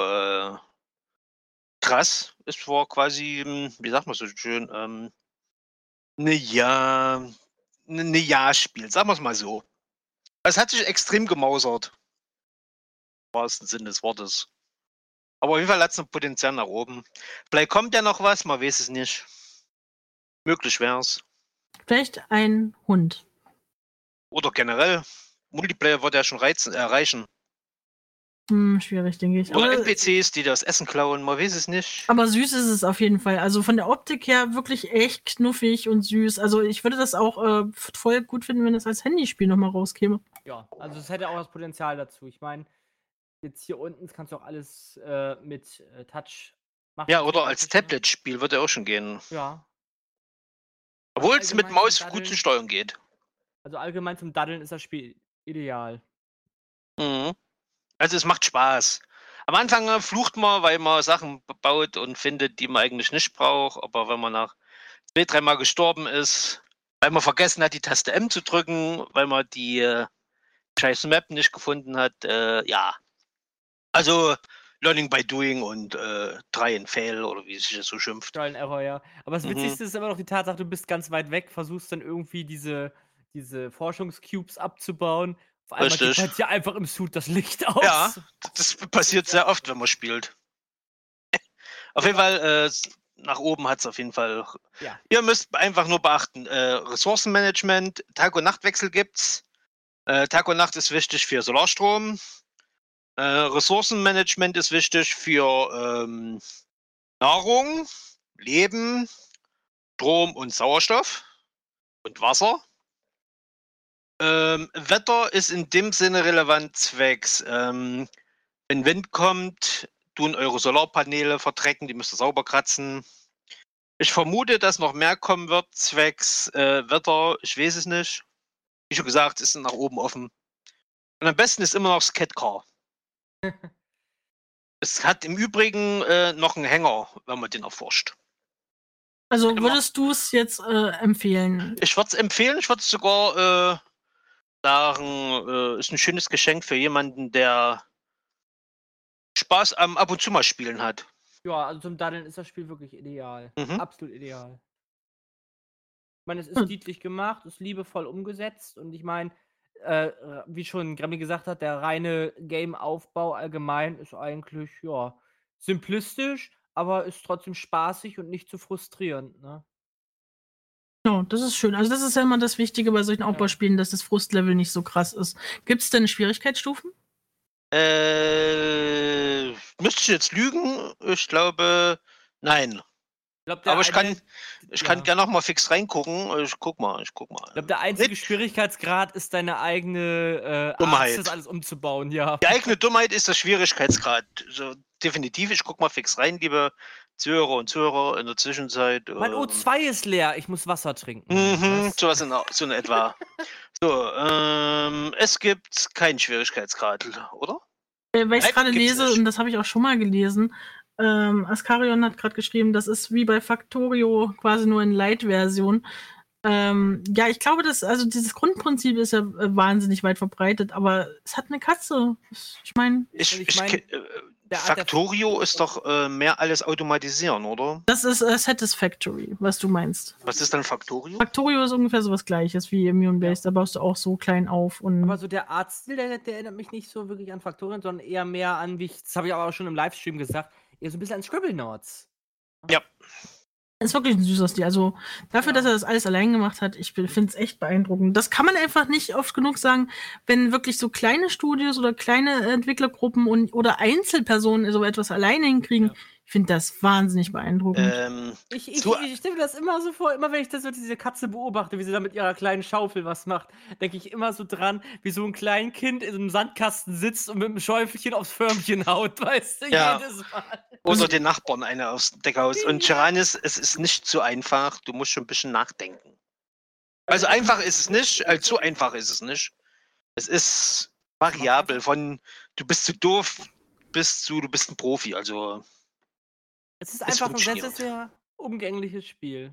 Speaker 4: krass. Es war quasi, wie sagt man so schön, ein Jahrspiel. Sagen wir es mal so. Es hat sich extrem gemausert. Im wahrsten Sinne des Wortes. Aber auf jeden Fall hat es noch Potenzial nach oben. Vielleicht kommt ja noch was, man weiß es nicht. Möglich wäre es.
Speaker 1: Vielleicht ein Hund.
Speaker 4: Oder generell. Multiplayer wird ja schon erreichen.
Speaker 1: Schwierig, denke ich.
Speaker 4: Oder
Speaker 1: aber
Speaker 4: NPCs, die das Essen klauen, man weiß es nicht.
Speaker 1: Aber süß ist es auf jeden Fall. Also von der Optik her wirklich echt knuffig und süß. Also ich würde das auch voll gut finden, wenn es als Handyspiel nochmal rauskäme.
Speaker 2: Ja, also es hätte auch das Potenzial dazu. Ich meine, jetzt hier unten kannst du auch alles mit Touch machen.
Speaker 4: Ja, oder als Tablet-Spiel würde auch schon gehen.
Speaker 2: Ja.
Speaker 4: Obwohl es mit Maus gut zu steuern geht.
Speaker 2: Also allgemein zum Daddeln ist das Spiel ideal.
Speaker 4: Also es macht Spaß. Am Anfang flucht man, weil man Sachen baut und findet, die man eigentlich nicht braucht. Aber wenn man nach 2-3 Mal gestorben ist, weil man vergessen hat, die Taste M zu drücken, weil man die scheiß Map nicht gefunden hat, ja. Also Learning by Doing und Try and Fail oder wie sich das so schimpft.
Speaker 2: Trial and Error, ja. Aber das
Speaker 4: Mhm.
Speaker 2: Witzigste ist immer noch die Tatsache, du bist ganz weit weg, versuchst dann irgendwie diese Forschungscubes abzubauen. Auf einmal geht
Speaker 4: Richtig.
Speaker 2: bei dir einfach im Suit das Licht aus.
Speaker 4: Ja, das passiert sehr oft, wenn man spielt. Auf jeden Fall, nach oben hat es auf jeden Fall.
Speaker 2: Ja.
Speaker 4: Ihr müsst einfach nur beachten, Ressourcenmanagement, Tag- und Nachtwechsel gibt's. Tag und Nacht ist wichtig für Solarstrom. Ressourcenmanagement ist wichtig für Nahrung, Leben, Strom und Sauerstoff und Wasser. Wetter ist in dem Sinne relevant zwecks, wenn Wind kommt, tun eure Solarpaneele verdrecken, die müsst ihr sauber kratzen. Ich vermute, dass noch mehr kommen wird zwecks Wetter, ich weiß es nicht. Wie schon gesagt, ist nach oben offen. Und am besten ist immer noch das Catcar. Es hat im Übrigen noch einen Hänger, wenn man den erforscht.
Speaker 1: Also würdest du es jetzt empfehlen?
Speaker 4: Ich würde es empfehlen, ich würde es sogar sagen, ist ein schönes Geschenk für jemanden, der Spaß am ab und zu mal spielen hat.
Speaker 2: Ja, also zum Daddeln ist das Spiel wirklich ideal.
Speaker 4: Mhm.
Speaker 2: Absolut ideal. Ich meine, es ist niedlich gemacht, ist liebevoll umgesetzt und ich meine, wie schon Grammy gesagt hat, der reine Game-Aufbau allgemein ist eigentlich, ja, simplistisch, aber ist trotzdem spaßig und nicht zu frustrierend, ne?
Speaker 1: Ja, das ist schön. Also das ist ja immer das Wichtige bei solchen Aufbauspielen, dass das Frustlevel nicht so krass ist. Gibt es denn Schwierigkeitsstufen?
Speaker 4: Müsste ich jetzt lügen? Ich glaube, nein. Aber ich kann gerne noch mal fix reingucken. Ich guck mal.
Speaker 2: Ich glaube, der einzige Schwierigkeitsgrad ist deine eigene
Speaker 4: Dummheit.
Speaker 2: Art, das alles umzubauen, ja.
Speaker 4: Die eigene Dummheit ist der Schwierigkeitsgrad. So, definitiv, ich guck mal fix rein, liebe Zuhörer und Zuhörer in der Zwischenzeit.
Speaker 2: Mein O2 ist leer, ich muss Wasser trinken.
Speaker 4: Sowas so in etwa. So, es gibt keinen Schwierigkeitsgrad, oder?
Speaker 1: Weil ich
Speaker 4: Nein,
Speaker 1: gerade
Speaker 4: gibt's
Speaker 1: lese,
Speaker 4: nicht.
Speaker 1: und das habe ich auch schon mal gelesen, Askarion hat gerade geschrieben, das ist wie bei Factorio quasi nur in Light-Version. Ja, ich glaube, also dieses Grundprinzip ist ja wahnsinnig weit verbreitet, aber es hat eine Katze. Ich meine.
Speaker 4: Factorio ist doch mehr alles automatisieren, oder?
Speaker 1: Das ist Satisfactory, was du meinst.
Speaker 4: Was ist dann Factorio?
Speaker 1: Factorio ist ungefähr sowas Gleiches wie Immune Base. Da baust du auch so klein auf. Und
Speaker 2: aber so der Artstil, der erinnert mich nicht so wirklich an Factorien, sondern eher mehr an, das habe ich aber auch schon im Livestream gesagt, eher so ein bisschen an Scribblenauts.
Speaker 4: Ja.
Speaker 1: Ist wirklich ein süßer Stil. Also dafür, dass er das alles allein gemacht hat, ich finde es echt beeindruckend. Das kann man einfach nicht oft genug sagen, wenn wirklich so kleine Studios oder kleine Entwicklergruppen oder Einzelpersonen so etwas alleine hinkriegen. Ja. Ich finde das wahnsinnig beeindruckend.
Speaker 2: Ich stelle mir das immer so vor, immer wenn ich diese Katze beobachte, wie sie da mit ihrer kleinen Schaufel was macht, denke ich immer so dran, wie so ein kleines Kind in einem Sandkasten sitzt und mit einem Schäufelchen aufs Förmchen haut, weißt du, jedes Mal.
Speaker 4: Oder den Nachbarn eine aufs Deckhaus. Und Tyrannis, es ist nicht so einfach, du musst schon ein bisschen nachdenken. Also einfach ist es nicht, allzu einfach ist es nicht. Es ist variabel von du bist zu doof bis zu du bist ein Profi, also
Speaker 2: es ist einfach ein sehr, sehr umgängliches Spiel.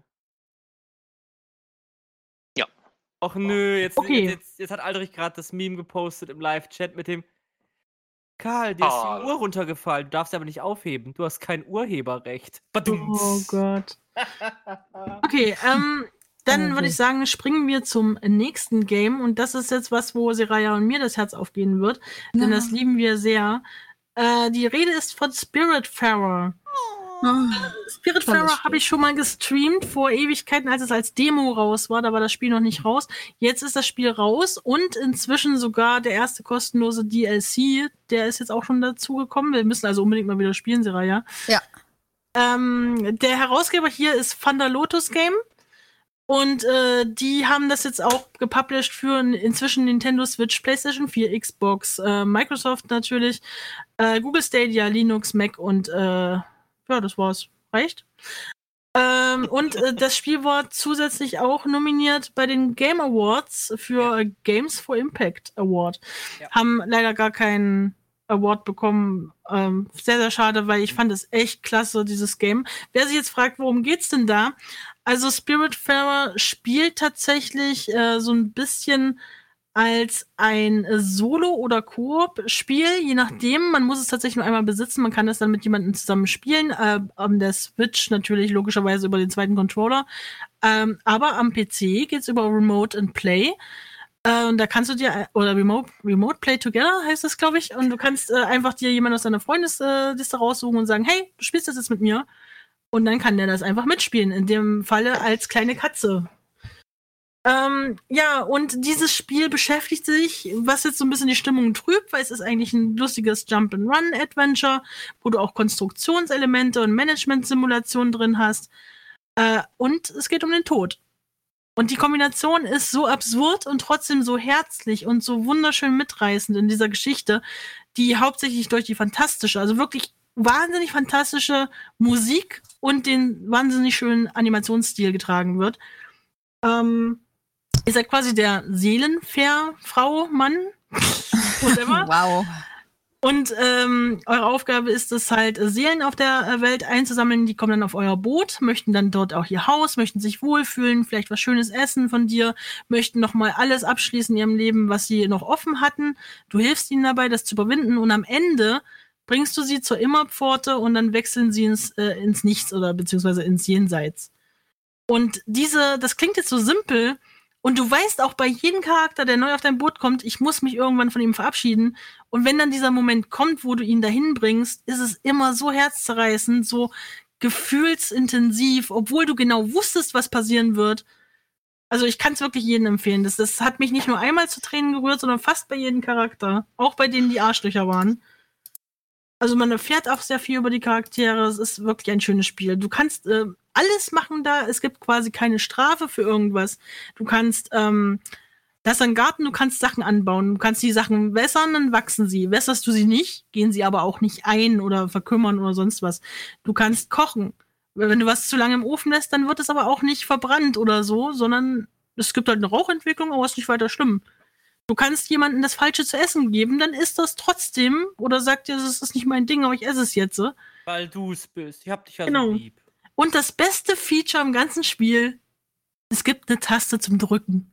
Speaker 4: Ja.
Speaker 2: Och nö, jetzt hat Aldrich gerade das Meme gepostet im Live-Chat mit dem Karl, dir ist die Uhr runtergefallen, du darfst aber nicht aufheben. Du hast kein Urheberrecht. Badumts.
Speaker 1: Oh Gott. Okay, dann würde ich sagen, springen wir zum nächsten Game. Und das ist jetzt was, wo Seraya und mir das Herz aufgehen wird. Denn das lieben wir sehr. Die Rede ist von Spiritfarer. Spiritfarer habe ich schon mal gestreamt vor Ewigkeiten, als es als Demo raus war. Da war das Spiel noch nicht raus. Jetzt ist das Spiel raus und inzwischen sogar der erste kostenlose DLC. Der ist jetzt auch schon dazu gekommen. Wir müssen also unbedingt mal wieder spielen, Seraya.
Speaker 3: Ja.
Speaker 1: Der Herausgeber hier ist Thunder Lotus Game. Und die haben das jetzt auch gepublished für inzwischen Nintendo Switch, PlayStation 4, Xbox, Microsoft natürlich, Google Stadia, Linux, Mac und ja, das war's. Reicht. Und das Spiel war zusätzlich auch nominiert bei den Game Awards für Games for Impact Award. Ja. Haben leider gar keinen Award bekommen. Sehr, sehr schade, weil ich fand es echt klasse, dieses Game. Wer sich jetzt fragt, worum geht's denn da? Also Spiritfarer spielt tatsächlich so ein bisschen als ein Solo- oder Koop-Spiel, je nachdem. Man muss es tatsächlich nur einmal besitzen. Man kann es dann mit jemandem zusammen spielen. Am der Switch natürlich logischerweise über den zweiten Controller. Aber am PC geht's über Remote and Play. Und da kannst du dir, oder Remote Play Together heißt das, glaube ich. Und du kannst einfach dir jemanden aus deiner Freundesliste raussuchen und sagen, hey, du spielst das jetzt mit mir. Und dann kann der das einfach mitspielen. In dem Falle als kleine Katze. Ja, und dieses Spiel beschäftigt sich, was jetzt so ein bisschen die Stimmung trübt, weil es ist eigentlich ein lustiges Jump-and-Run-Adventure, wo du auch Konstruktionselemente und Management-Simulationen drin hast. Und es geht um den Tod. Und die Kombination ist so absurd und trotzdem so herzlich und so wunderschön mitreißend in dieser Geschichte, die hauptsächlich durch die fantastische, also wirklich wahnsinnig fantastische Musik und den wahnsinnig schönen Animationsstil getragen wird. Ihr seid quasi der Seelenfrau, Mann, whatever.
Speaker 3: Wow.
Speaker 1: Und eure Aufgabe ist es halt, Seelen auf der Welt einzusammeln. Die kommen dann auf euer Boot, möchten dann dort auch ihr Haus, möchten sich wohlfühlen, vielleicht was Schönes essen von dir, möchten nochmal alles abschließen in ihrem Leben, was sie noch offen hatten. Du hilfst ihnen dabei, das zu überwinden. Und am Ende bringst du sie zur Immerpforte und dann wechseln sie ins Nichts oder beziehungsweise ins Jenseits. Und das klingt jetzt so simpel, und du weißt auch bei jedem Charakter, der neu auf dein Boot kommt, ich muss mich irgendwann von ihm verabschieden. Und wenn dann dieser Moment kommt, wo du ihn dahin bringst, ist es immer so herzzerreißend, so gefühlsintensiv, obwohl du genau wusstest, was passieren wird. Also ich kann es wirklich jedem empfehlen. Das hat mich nicht nur einmal zu Tränen gerührt, sondern fast bei jedem Charakter. Auch bei denen, die Arschlöcher waren. Also man erfährt auch sehr viel über die Charaktere. Es ist wirklich ein schönes Spiel. Du kannst alles machen da. Es gibt quasi keine Strafe für irgendwas. Du kannst, da ist ein Garten, du kannst Sachen anbauen. Du kannst die Sachen wässern, dann wachsen sie. Wässerst du sie nicht, gehen sie aber auch nicht ein oder verkümmern oder sonst was. Du kannst kochen. Wenn du was zu lange im Ofen lässt, dann wird es aber auch nicht verbrannt oder so, sondern es gibt halt eine Rauchentwicklung, aber ist nicht weiter schlimm. Du kannst jemandem das Falsche zu essen geben, dann isst das trotzdem oder sagt dir, das ist nicht mein Ding, aber ich esse es jetzt.
Speaker 2: Weil du es bist. Ich hab dich ja
Speaker 1: Genau.
Speaker 2: so lieb.
Speaker 1: Und das beste Feature im ganzen Spiel, es gibt eine Taste zum Drücken.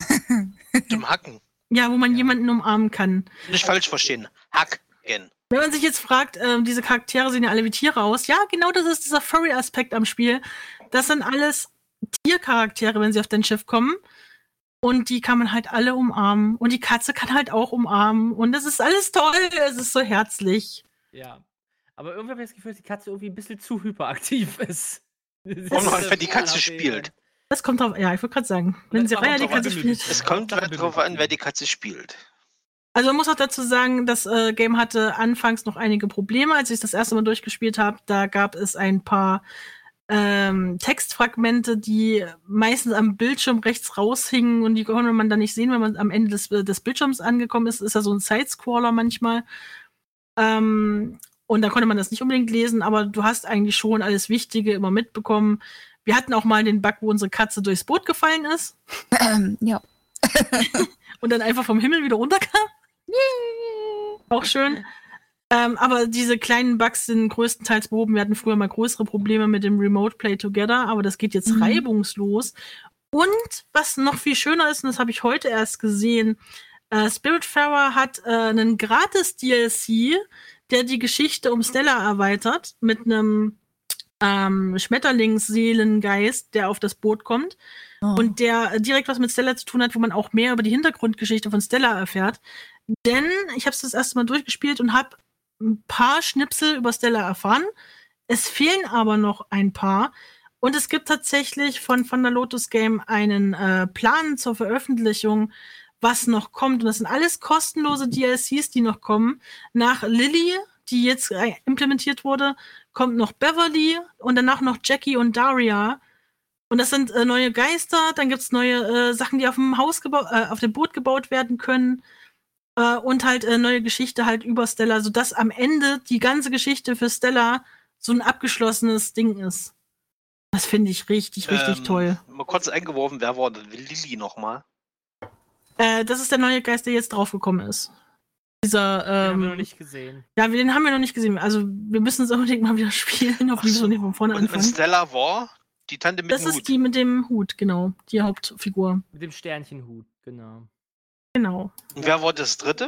Speaker 4: Zum Hacken.
Speaker 1: Ja, wo man jemanden umarmen kann.
Speaker 4: Nicht falsch verstehen. Hacken.
Speaker 1: Wenn man sich jetzt fragt, diese Charaktere sehen ja alle wie Tiere aus. Ja, genau das ist dieser Furry-Aspekt am Spiel. Das sind alles Tiercharaktere, wenn sie auf dein Schiff kommen. Und die kann man halt alle umarmen. Und die Katze kann halt auch umarmen. Und das ist alles toll. Es ist so herzlich.
Speaker 2: Ja. Aber irgendwie habe ich das Gefühl, dass die Katze irgendwie ein bisschen zu hyperaktiv ist.
Speaker 4: Und noch wenn die Katze spielt.
Speaker 1: Das kommt drauf, ja, ich wollte gerade sagen. Wenn Seraya die Katze spielt.
Speaker 4: Es kommt darauf an, wer die Katze spielt.
Speaker 1: Also man muss auch dazu sagen, das Game hatte anfangs noch einige Probleme. Als ich das erste Mal durchgespielt habe, da gab es ein paar Textfragmente, die meistens am Bildschirm rechts raushingen und die konnte man dann nicht sehen, wenn man am Ende des Bildschirms angekommen ist. Ist ja so ein Sidescroller manchmal. Und da konnte man das nicht unbedingt lesen, aber du hast eigentlich schon alles Wichtige immer mitbekommen. Wir hatten auch mal den Bug, wo unsere Katze durchs Boot gefallen ist.
Speaker 3: Ja.
Speaker 1: Und dann einfach vom Himmel wieder runterkam. Auch schön. Aber diese kleinen Bugs sind größtenteils behoben. Wir hatten früher mal größere Probleme mit dem Remote Play Together, aber das geht jetzt reibungslos. Und was noch viel schöner ist, und das habe ich heute erst gesehen, Spiritfarer hat einen Gratis-DLC, der die Geschichte um Stella erweitert, mit einem Schmetterlingsseelengeist, der auf das Boot kommt. Und der direkt was mit Stella zu tun hat, wo man auch mehr über die Hintergrundgeschichte von Stella erfährt. Denn ich habe es das erste Mal durchgespielt und habe ein paar Schnipsel über Stella erfahren. Es fehlen aber noch ein paar. Und es gibt tatsächlich von der Lotus Game einen Plan zur Veröffentlichung, was noch kommt. Und das sind alles kostenlose DLCs, die noch kommen. Nach Lily, die jetzt implementiert wurde, kommt noch Beverly und danach noch Jackie und Daria. Und das sind neue Geister, dann gibt's neue Sachen, die auf dem auf dem Boot gebaut werden können. Und halt neue Geschichte halt über Stella, sodass am Ende die ganze Geschichte für Stella so ein abgeschlossenes Ding ist. Das finde ich richtig toll.
Speaker 4: Mal kurz eingeworfen, wer war denn Lilly nochmal?
Speaker 1: Das ist der neue Geist, der jetzt draufgekommen ist. Dieser,
Speaker 2: Den haben wir noch nicht gesehen.
Speaker 1: Ja, den haben wir noch nicht gesehen. Also, wir müssen es unbedingt mal wieder spielen, auf die wir nicht von vorne
Speaker 4: Und
Speaker 1: anfangen.
Speaker 4: Stella war die Tante mit
Speaker 1: Das
Speaker 4: dem
Speaker 1: ist
Speaker 4: Hut.
Speaker 1: die mit dem Hut, genau. Die Hauptfigur.
Speaker 2: Mit dem Sternchenhut, genau.
Speaker 1: Genau.
Speaker 4: Und wer war das dritte?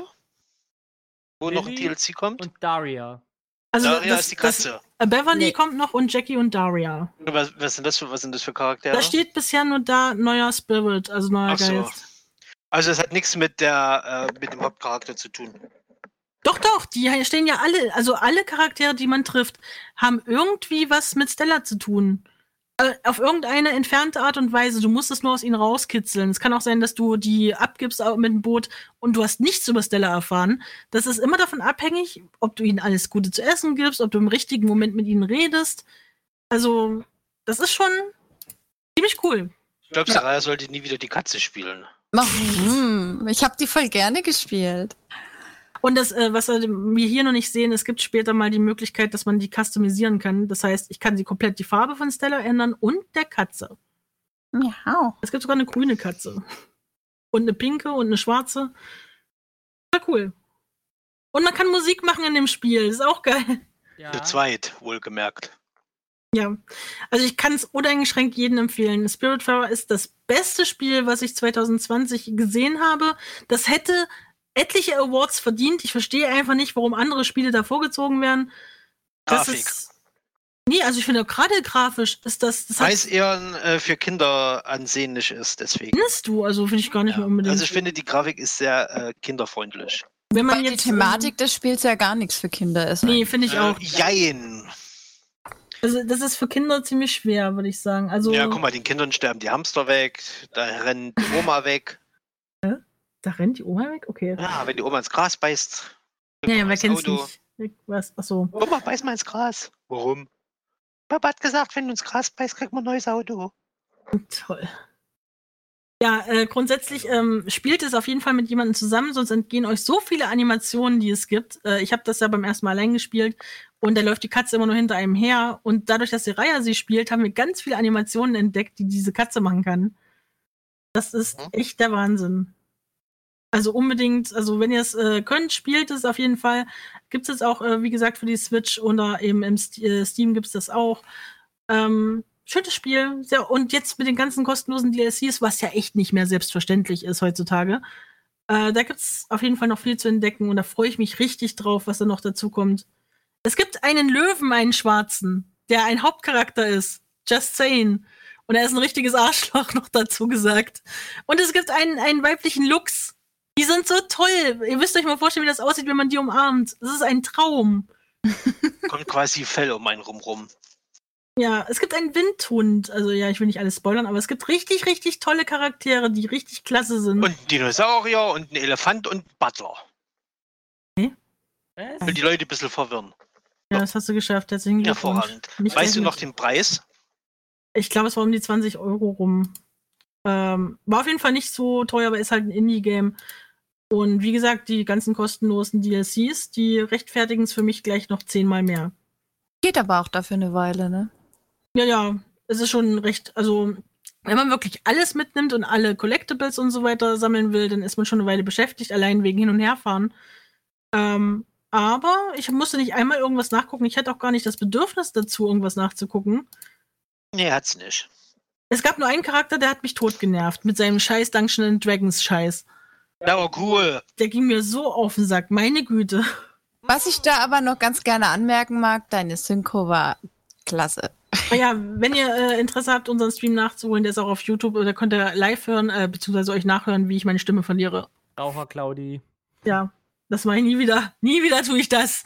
Speaker 4: Wo noch ein
Speaker 2: Lily
Speaker 4: DLC kommt?
Speaker 2: Und Daria.
Speaker 1: Also
Speaker 4: Daria ist die Katze.
Speaker 1: Beverly
Speaker 3: Nee.
Speaker 1: kommt noch und Jackie und Daria.
Speaker 4: Was sind das für Charaktere?
Speaker 1: Da steht bisher nur da neuer Spirit, also neuer
Speaker 4: Ach so.
Speaker 1: Geist.
Speaker 4: Also es hat nichts mit dem Hauptcharakter zu tun.
Speaker 1: Doch, die stehen ja alle, also alle Charaktere, die man trifft, haben irgendwie was mit Stella zu tun. Auf irgendeine entfernte Art und Weise. Du musst es nur aus ihnen rauskitzeln. Es kann auch sein, dass du die abgibst mit dem Boot und du hast nichts über Stella erfahren. Das ist immer davon abhängig, ob du ihnen alles Gute zu essen gibst, ob du im richtigen Moment mit ihnen redest. Also, das ist schon ziemlich cool.
Speaker 4: Ich glaube, Saraya sollte nie wieder die Katze spielen.
Speaker 3: Ich habe die voll gerne gespielt.
Speaker 1: Und das, was wir hier noch nicht sehen, es gibt später mal die Möglichkeit, dass man die customisieren kann. Das heißt, ich kann sie komplett die Farbe von Stella ändern und der Katze.
Speaker 3: Ja.
Speaker 1: Es gibt sogar eine grüne Katze. Und eine pinke und eine schwarze. War cool. Und man kann Musik machen in dem Spiel. Das ist auch geil.
Speaker 2: Ja.
Speaker 4: Zu zweit, wohlgemerkt.
Speaker 1: Ja. Also ich kann es uneingeschränkt jedem empfehlen. Spiritfarer ist das beste Spiel, was ich 2020 gesehen habe. Das hätte etliche Awards verdient. Ich verstehe einfach nicht, warum andere Spiele da vorgezogen werden.
Speaker 4: Grafik.
Speaker 1: Nee, also ich finde auch gerade grafisch ist das
Speaker 4: Weil es eher für Kinder ansehnlich ist, deswegen.
Speaker 1: findest du, also finde ich gar nicht mehr unbedingt.
Speaker 4: Also ich finde, die Grafik ist sehr kinderfreundlich.
Speaker 1: Wenn man
Speaker 3: Weil
Speaker 1: jetzt
Speaker 3: die Thematik des Spiels ja gar nichts für Kinder ist.
Speaker 1: nee, finde ich auch.
Speaker 4: Jein.
Speaker 1: Also das ist für Kinder ziemlich schwer, würde ich sagen. Also
Speaker 4: Ja, guck mal, den Kindern sterben die Hamster weg, da rennt die Oma weg.
Speaker 1: da rennt die Oma weg? Okay.
Speaker 4: Ja, wenn die Oma ins Gras beißt.
Speaker 1: Ja, wer
Speaker 4: das
Speaker 1: kennt's
Speaker 4: Auto.
Speaker 1: nicht? Was? Achso.
Speaker 4: Oma, beiß mal ins Gras. Warum? Papa hat gesagt, wenn du ins Gras beißt, kriegt man ein neues Auto.
Speaker 1: Toll. Ja, grundsätzlich spielt es auf jeden Fall mit jemandem zusammen, sonst entgehen euch so viele Animationen, die es gibt. Ich habe das ja beim ersten Mal allein gespielt und da läuft die Katze immer nur hinter einem her. Und dadurch, dass die Raya sie spielt, haben wir ganz viele Animationen entdeckt, die diese Katze machen kann. Das ist echt der Wahnsinn. Also unbedingt, also wenn ihr es könnt, spielt es auf jeden Fall. Gibt es auch, wie gesagt, für die Switch oder eben im Steam gibt es das auch. Schönes Spiel. Und jetzt mit den ganzen kostenlosen DLCs, was ja echt nicht mehr selbstverständlich ist heutzutage. Da gibt es auf jeden Fall noch viel zu entdecken und da freue ich mich richtig drauf, was da noch dazu kommt. Es gibt einen Löwen, einen schwarzen, der ein Hauptcharakter ist. Just saying. Und er ist ein richtiges Arschloch, noch dazu gesagt. Und es gibt einen weiblichen Luchs. Die sind so toll. Ihr müsst euch mal vorstellen, wie das aussieht, wenn man die umarmt. Das ist ein Traum.
Speaker 4: Kommt quasi Fell um einen rum.
Speaker 1: Ja, es gibt einen Windhund. Also ja, ich will nicht alles spoilern, aber es gibt richtig, richtig tolle Charaktere, die richtig klasse sind.
Speaker 4: Und ein Dinosaurier und ein Elefant und ein Butler.
Speaker 2: Was?
Speaker 4: Will die Leute ein bisschen verwirren.
Speaker 1: Ja, das hast du geschafft. Herzlichen Glückwunsch.
Speaker 4: Hervorragend.
Speaker 1: Nicht
Speaker 4: Weißt du
Speaker 1: sehr
Speaker 4: noch
Speaker 1: gut.
Speaker 4: den Preis?
Speaker 1: Ich glaube, es war um die 20 Euro rum. War auf jeden Fall nicht so teuer, aber ist halt ein Indie-Game. Und wie gesagt, die ganzen kostenlosen DLCs, die rechtfertigen es für mich gleich noch 10-mal mehr.
Speaker 3: Geht aber auch dafür eine Weile, ne?
Speaker 1: Ja, es ist schon recht, also wenn man wirklich alles mitnimmt und alle Collectibles und so weiter sammeln will, dann ist man schon eine Weile beschäftigt, allein wegen Hin- und Herfahren. Aber ich musste nicht einmal irgendwas nachgucken. Ich hatte auch gar nicht das Bedürfnis dazu, irgendwas nachzugucken.
Speaker 4: Nee, hat's nicht.
Speaker 1: Es gab nur einen Charakter, der hat mich tot genervt mit seinem scheiß Dungeons & Dragons Scheiß.
Speaker 4: Ja, aber cool.
Speaker 1: Der ging mir so auf den Sack, meine Güte.
Speaker 3: Was ich da aber noch ganz gerne anmerken mag, deine Synchro war klasse.
Speaker 1: Ja, wenn ihr Interesse habt, unseren Stream nachzuholen, der ist auch auf YouTube, oder könnt ihr live hören, beziehungsweise euch nachhören, wie ich meine Stimme verliere.
Speaker 2: Raucher Claudi.
Speaker 1: Ja, das mache ich nie wieder. Nie wieder tue ich das.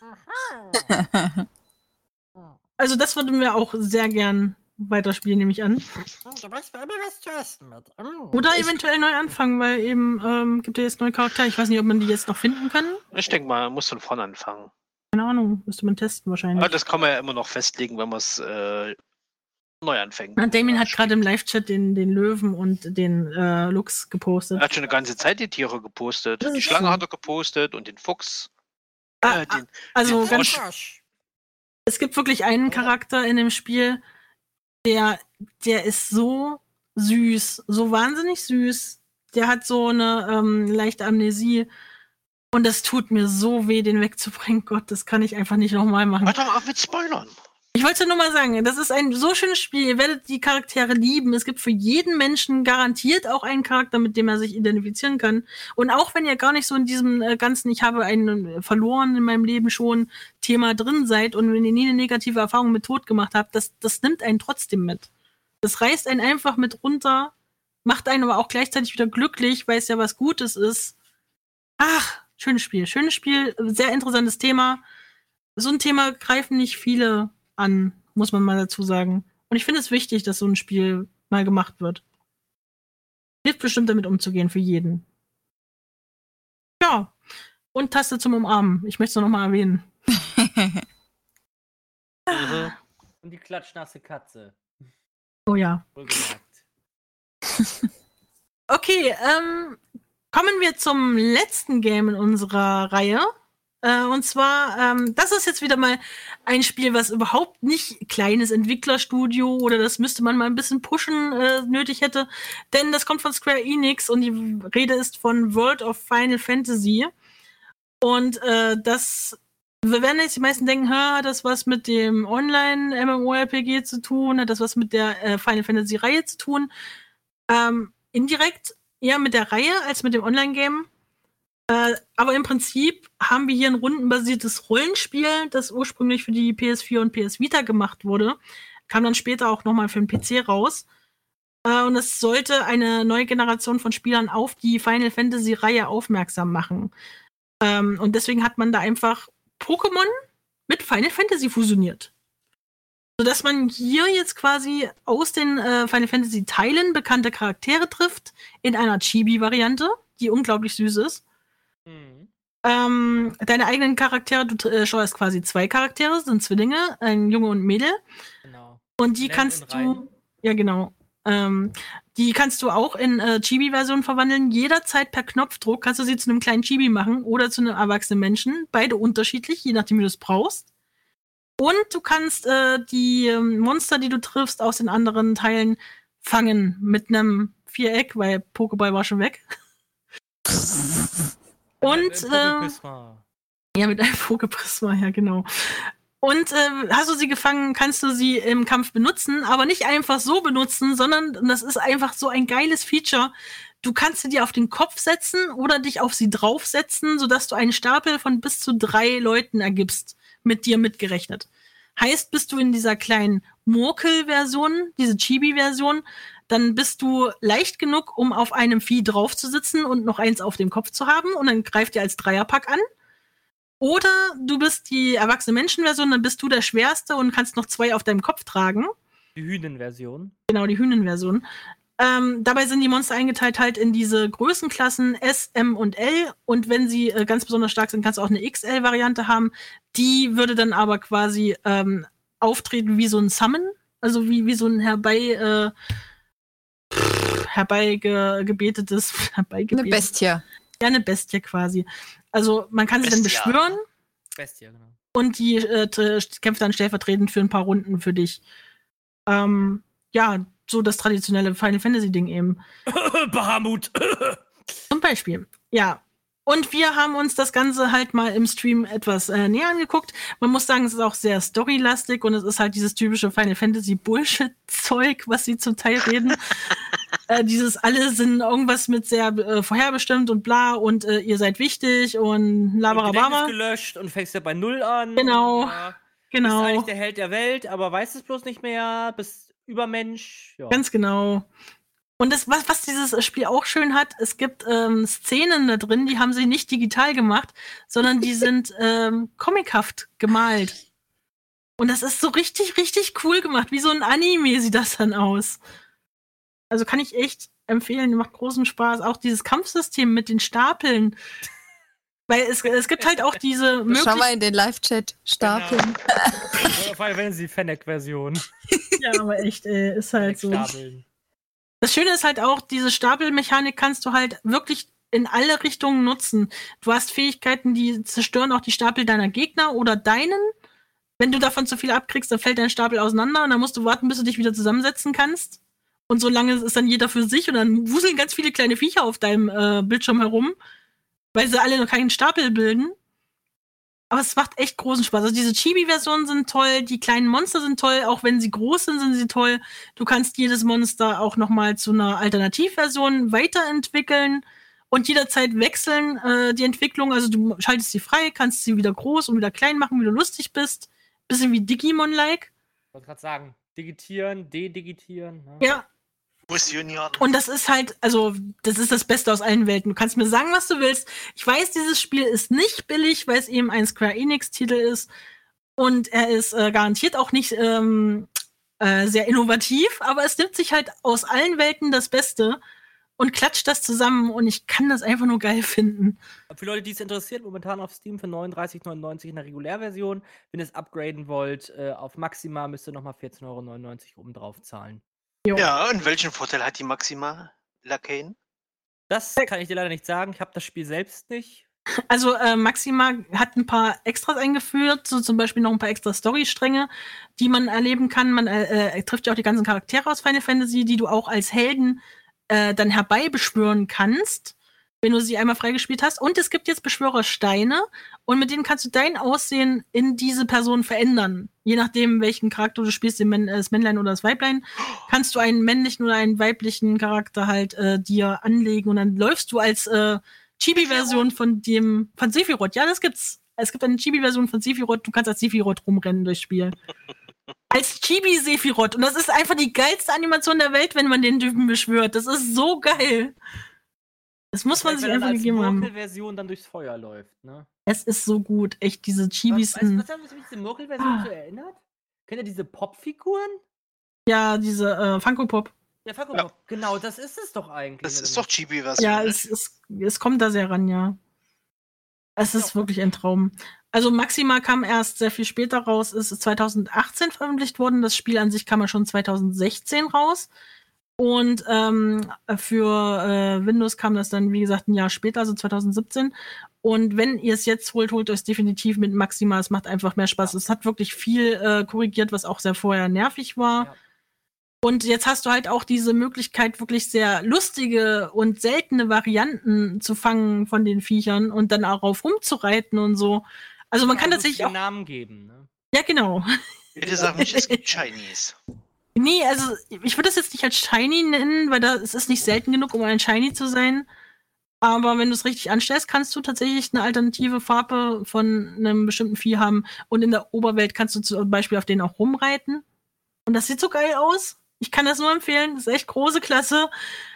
Speaker 1: Also das würden wir auch sehr gern weiterspielen, nehme ich an.
Speaker 5: Du bringst mir immer was zu essen mit.
Speaker 1: Oder eventuell neu anfangen, weil eben gibt es jetzt neue Charaktere. Ich weiß nicht, ob man die jetzt noch finden kann.
Speaker 4: Ich denke mal, man muss von vorne anfangen.
Speaker 1: Keine Ahnung, müsste man testen wahrscheinlich.
Speaker 4: Aber das kann man ja immer noch festlegen, wenn man es neu anfängt.
Speaker 1: Na, Damien hat gerade im Live-Chat den Löwen und den Luchs gepostet.
Speaker 4: Er hat schon eine ganze Zeit die Tiere gepostet.
Speaker 1: Das
Speaker 4: Die
Speaker 1: ist
Speaker 4: Schlange
Speaker 1: so.
Speaker 4: hat er gepostet und den Fuchs. Den
Speaker 1: Also
Speaker 4: den
Speaker 1: ganz,
Speaker 4: Frosch.
Speaker 1: es gibt wirklich einen Charakter in dem Spiel, der ist so süß, so wahnsinnig süß. Der hat so eine leichte Amnesie. Und das tut mir so weh, den wegzubringen. Gott, das kann ich einfach nicht nochmal machen.
Speaker 4: Warte mal auf mit Spoilern.
Speaker 1: Ich wollte nur mal sagen, das ist ein so schönes Spiel. Ihr werdet die Charaktere lieben. Es gibt für jeden Menschen garantiert auch einen Charakter, mit dem er sich identifizieren kann. Und auch wenn ihr gar nicht so in diesem ganzen "Ich habe einen verloren in meinem Leben schon" Thema drin seid und wenn ihr nie eine negative Erfahrung mit Tod gemacht habt, das nimmt einen trotzdem mit. Das reißt einen einfach mit runter, macht einen aber auch gleichzeitig wieder glücklich, weil es ja was Gutes ist. Ach, schönes Spiel, sehr interessantes Thema. So ein Thema greifen nicht viele an, muss man mal dazu sagen. Und ich finde es wichtig, dass so ein Spiel mal gemacht wird. Hilft bestimmt damit umzugehen für jeden. Ja. Und Taste zum Umarmen. Ich möchte es noch mal erwähnen.
Speaker 2: Und die klatschnasse Katze.
Speaker 1: Oh ja.
Speaker 2: Wohlgemerkt.
Speaker 1: Okay, kommen wir zum letzten Game in unserer Reihe. Und zwar, das ist jetzt wieder mal ein Spiel, was überhaupt nicht kleines Entwicklerstudio oder das müsste man mal ein bisschen pushen nötig hätte. Denn das kommt von Square Enix und die Rede ist von World of Final Fantasy. Und das werden jetzt die meisten denken, hat das was mit dem Online-MMORPG zu tun? Hat das was mit der Final Fantasy-Reihe zu tun? Indirekt eher mit der Reihe als mit dem Online-Game. Aber im Prinzip haben wir hier ein rundenbasiertes Rollenspiel, das ursprünglich für die PS4 und PS Vita gemacht wurde. Kam dann später auch nochmal für den PC raus. Und es sollte eine neue Generation von Spielern auf die Final Fantasy-Reihe aufmerksam machen. Und deswegen hat man da einfach Pokémon mit Final Fantasy fusioniert. Sodass man hier jetzt quasi aus den Final Fantasy-Teilen bekannte Charaktere trifft, in einer Chibi-Variante, die unglaublich süß ist. Deine eigenen Charaktere, du steuerst quasi 2 Charaktere, sind Zwillinge, ein Junge und ein Mädel.
Speaker 2: Genau.
Speaker 1: Und die kannst du, ja genau, die kannst du auch in Chibi-Version verwandeln. Jederzeit per Knopfdruck kannst du sie zu einem kleinen Chibi machen oder zu einem erwachsenen Menschen. Beide unterschiedlich, je nachdem, wie du es brauchst. Und du kannst die Monster, die du triffst, aus den anderen Teilen fangen mit einem Viereck, weil Pokéball war schon weg. Und ja, mit einem Poképrisma, ja genau. Und hast du sie gefangen, kannst du sie im Kampf benutzen, aber nicht einfach so benutzen, sondern das ist einfach so ein geiles Feature. Du kannst sie dir auf den Kopf setzen oder dich auf sie draufsetzen, sodass du einen Stapel von bis zu 3 Leuten ergibst, mit dir mitgerechnet. Heißt, bist du in dieser kleinen Murkel-Version, diese Chibi-Version, dann bist du leicht genug, um auf einem Vieh drauf zu sitzen und noch eins auf dem Kopf zu haben und dann greift dir als Dreierpack an. Oder du bist die erwachsene Menschenversion, dann bist du der Schwerste und kannst noch 2 auf deinem Kopf tragen.
Speaker 2: Die Hühnenversion.
Speaker 1: Genau, die Hühnenversion. Dabei sind die Monster eingeteilt halt in diese Größenklassen S, M und L. Und wenn sie ganz besonders stark sind, kannst du auch eine XL-Variante haben. Die würde dann aber quasi auftreten wie so ein Summon. Also wie so ein herbeigebetetes.
Speaker 3: Eine Bestie.
Speaker 1: Ja, eine Bestie quasi. Also man kann sie dann beschwören.
Speaker 2: Bestie, genau.
Speaker 1: Und die kämpft dann stellvertretend für ein paar Runden für dich. Ja, so das traditionelle Final Fantasy-Ding eben.
Speaker 2: Bahamut!
Speaker 1: Zum Beispiel, ja. Und wir haben uns das Ganze halt mal im Stream etwas näher angeguckt. Man muss sagen, es ist auch sehr storylastig und es ist halt dieses typische Final Fantasy Bullshit-Zeug, was sie zum Teil reden. Dieses alle sind irgendwas mit sehr vorherbestimmt und bla und ihr seid wichtig und labarababa.
Speaker 2: Gelöscht und fängst ja bei 0 an.
Speaker 1: Genau,
Speaker 2: ja,
Speaker 1: genau.
Speaker 2: Bist eigentlich der Held der Welt, aber weißt es bloß nicht mehr, bist Übermensch. Ja.
Speaker 1: Ganz genau. Und das, was dieses Spiel auch schön hat, es gibt Szenen da drin, die haben sie nicht digital gemacht, sondern die sind comichaft gemalt. Und das ist so richtig, richtig cool gemacht. Wie so ein Anime sieht das dann aus. Also kann ich echt empfehlen, macht großen Spaß. Auch dieses Kampfsystem mit den Stapeln. Weil es gibt halt auch diese
Speaker 3: Schau mal in den Live-Chat. Stapeln.
Speaker 2: Genau. Final Fantasy Fennec-Version.
Speaker 1: Ja, aber echt, ist halt so.
Speaker 2: Stapeln.
Speaker 1: Das Schöne ist halt auch, diese Stapelmechanik kannst du halt wirklich in alle Richtungen nutzen. Du hast Fähigkeiten, die zerstören auch die Stapel deiner Gegner oder deinen. Wenn du davon zu viel abkriegst, dann fällt dein Stapel auseinander und dann musst du warten, bis du dich wieder zusammensetzen kannst. Und so lange ist dann jeder für sich und dann wuseln ganz viele kleine Viecher auf deinem Bildschirm herum. weil sie alle noch keinen Stapel bilden. Aber es macht echt großen Spaß. Also diese Chibi-Versionen sind toll, die kleinen Monster sind toll, auch wenn sie groß sind, sind sie toll. Du kannst jedes Monster auch nochmal zu einer Alternativversion weiterentwickeln und jederzeit wechseln die Entwicklung. Also du schaltest sie frei, kannst sie wieder groß und wieder klein machen, wie du lustig bist. Bisschen wie Digimon-like.
Speaker 2: Ich wollte gerade sagen, digitieren, dedigitieren. Ne?
Speaker 1: Ja.
Speaker 4: Fusionieren.
Speaker 1: Und das ist halt, also, das ist das Beste aus allen Welten. Du kannst mir sagen, was du willst. Ich weiß, dieses Spiel ist nicht billig, weil es eben ein Square Enix-Titel ist. Und er ist garantiert auch nicht sehr innovativ, aber es nimmt sich halt aus allen Welten das Beste und klatscht das zusammen und ich kann das einfach nur geil finden.
Speaker 2: Für Leute, die es interessiert, momentan auf Steam für 39,99 in der Regulärversion. Wenn ihr es upgraden wollt, auf Maxima müsst ihr nochmal 14,99 € oben drauf zahlen.
Speaker 1: Jo.
Speaker 4: Ja, und welchen Vorteil hat die Maxima, Lacane?
Speaker 2: Das kann ich dir leider nicht sagen. Ich habe das Spiel selbst nicht.
Speaker 1: Also Maxima hat ein paar Extras eingeführt, so zum Beispiel noch ein paar extra Storystränge, die man erleben kann. Man trifft ja auch die ganzen Charaktere aus Final Fantasy, die du auch als Helden dann herbeibeschwören kannst, wenn du sie einmal freigespielt hast. Und es gibt jetzt Beschwörersteine und mit denen kannst du dein Aussehen in diese Person verändern. Je nachdem, welchen Charakter du spielst, das Männlein oder das Weiblein, kannst du einen männlichen oder einen weiblichen Charakter halt dir anlegen und dann läufst du als Chibi-Version von Sephiroth. Ja, das gibt's. Es gibt eine Chibi-Version von Sephiroth. Du kannst als Sephiroth rumrennen durchs Spiel. Als Chibi-Sephiroth. Und das ist einfach die geilste Animation der Welt, wenn man den Typen beschwört. Das ist so geil. Das muss man sich einfach gegeben haben.
Speaker 2: Wenn die Version dann durchs Feuer läuft, ne?
Speaker 1: Es ist so gut. Echt, diese Chibis.
Speaker 2: Was haben mich diese Murkel-Version so erinnert? Kennt ihr diese Pop-Figuren?
Speaker 1: Ja, diese Funko Pop.
Speaker 2: Ja, Funko Pop. Genau, das ist es doch eigentlich.
Speaker 4: Das ist doch Chibi-Version.
Speaker 1: Ja, es kommt da sehr ran, ja. Es ist wirklich ein Traum. Also Maxima kam erst sehr viel später raus, ist 2018 veröffentlicht worden. Das Spiel an sich kam ja schon 2016 raus. Und für Windows kam das dann, wie gesagt, ein Jahr später, also 2017. Und wenn ihr es jetzt holt euch es definitiv mit Maxima. Es macht einfach mehr Spaß. Ja. Es hat wirklich viel korrigiert, was auch sehr vorher nervig war. Ja. Und jetzt hast du halt auch diese Möglichkeit, wirklich sehr lustige und seltene Varianten zu fangen von den Viechern und dann auch rauf rumzureiten und so. Also man kann tatsächlich auch
Speaker 2: Namen geben, ne?
Speaker 1: Ja, genau.
Speaker 4: Bitte sag nicht, es gibt Shinies.
Speaker 1: Nee, also ich würde das jetzt nicht als Shiny nennen, weil es ist nicht selten genug, um ein Shiny zu sein. Aber wenn du es richtig anstellst, kannst du tatsächlich eine alternative Farbe von einem bestimmten Vieh haben. Und in der Oberwelt kannst du zum Beispiel auf denen auch rumreiten. Und das sieht so geil aus. Ich kann das nur empfehlen. Das ist echt große Klasse.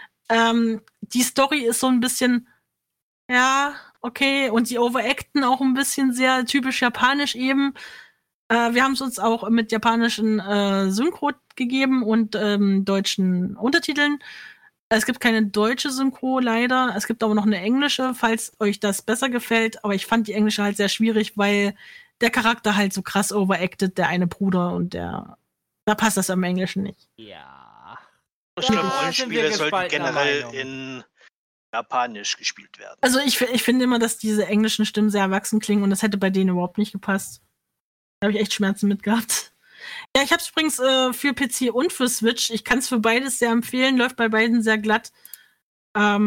Speaker 1: Die Story ist so ein bisschen, ja, okay. Und die overacten auch ein bisschen sehr typisch japanisch eben. Wir haben es uns auch mit japanischen Synchro gegeben und deutschen Untertiteln. Es gibt keine deutsche Synchro, leider. Es gibt aber noch eine englische, falls euch das besser gefällt. Aber ich fand die englische halt sehr schwierig, weil der Charakter halt so krass overacted, der eine Bruder, und da passt das im Englischen nicht.
Speaker 2: Ja.
Speaker 4: Ich glaube, Rollenspiele sollten generell in Japanisch gespielt werden.
Speaker 1: Also ich finde immer, dass diese englischen Stimmen sehr erwachsen klingen und das hätte bei denen überhaupt nicht gepasst. Da habe ich echt Schmerzen mit gehabt. Ja, ich habe es übrigens für PC und für Switch. Ich kann es für beides sehr empfehlen. Läuft bei beiden sehr glatt. Ja,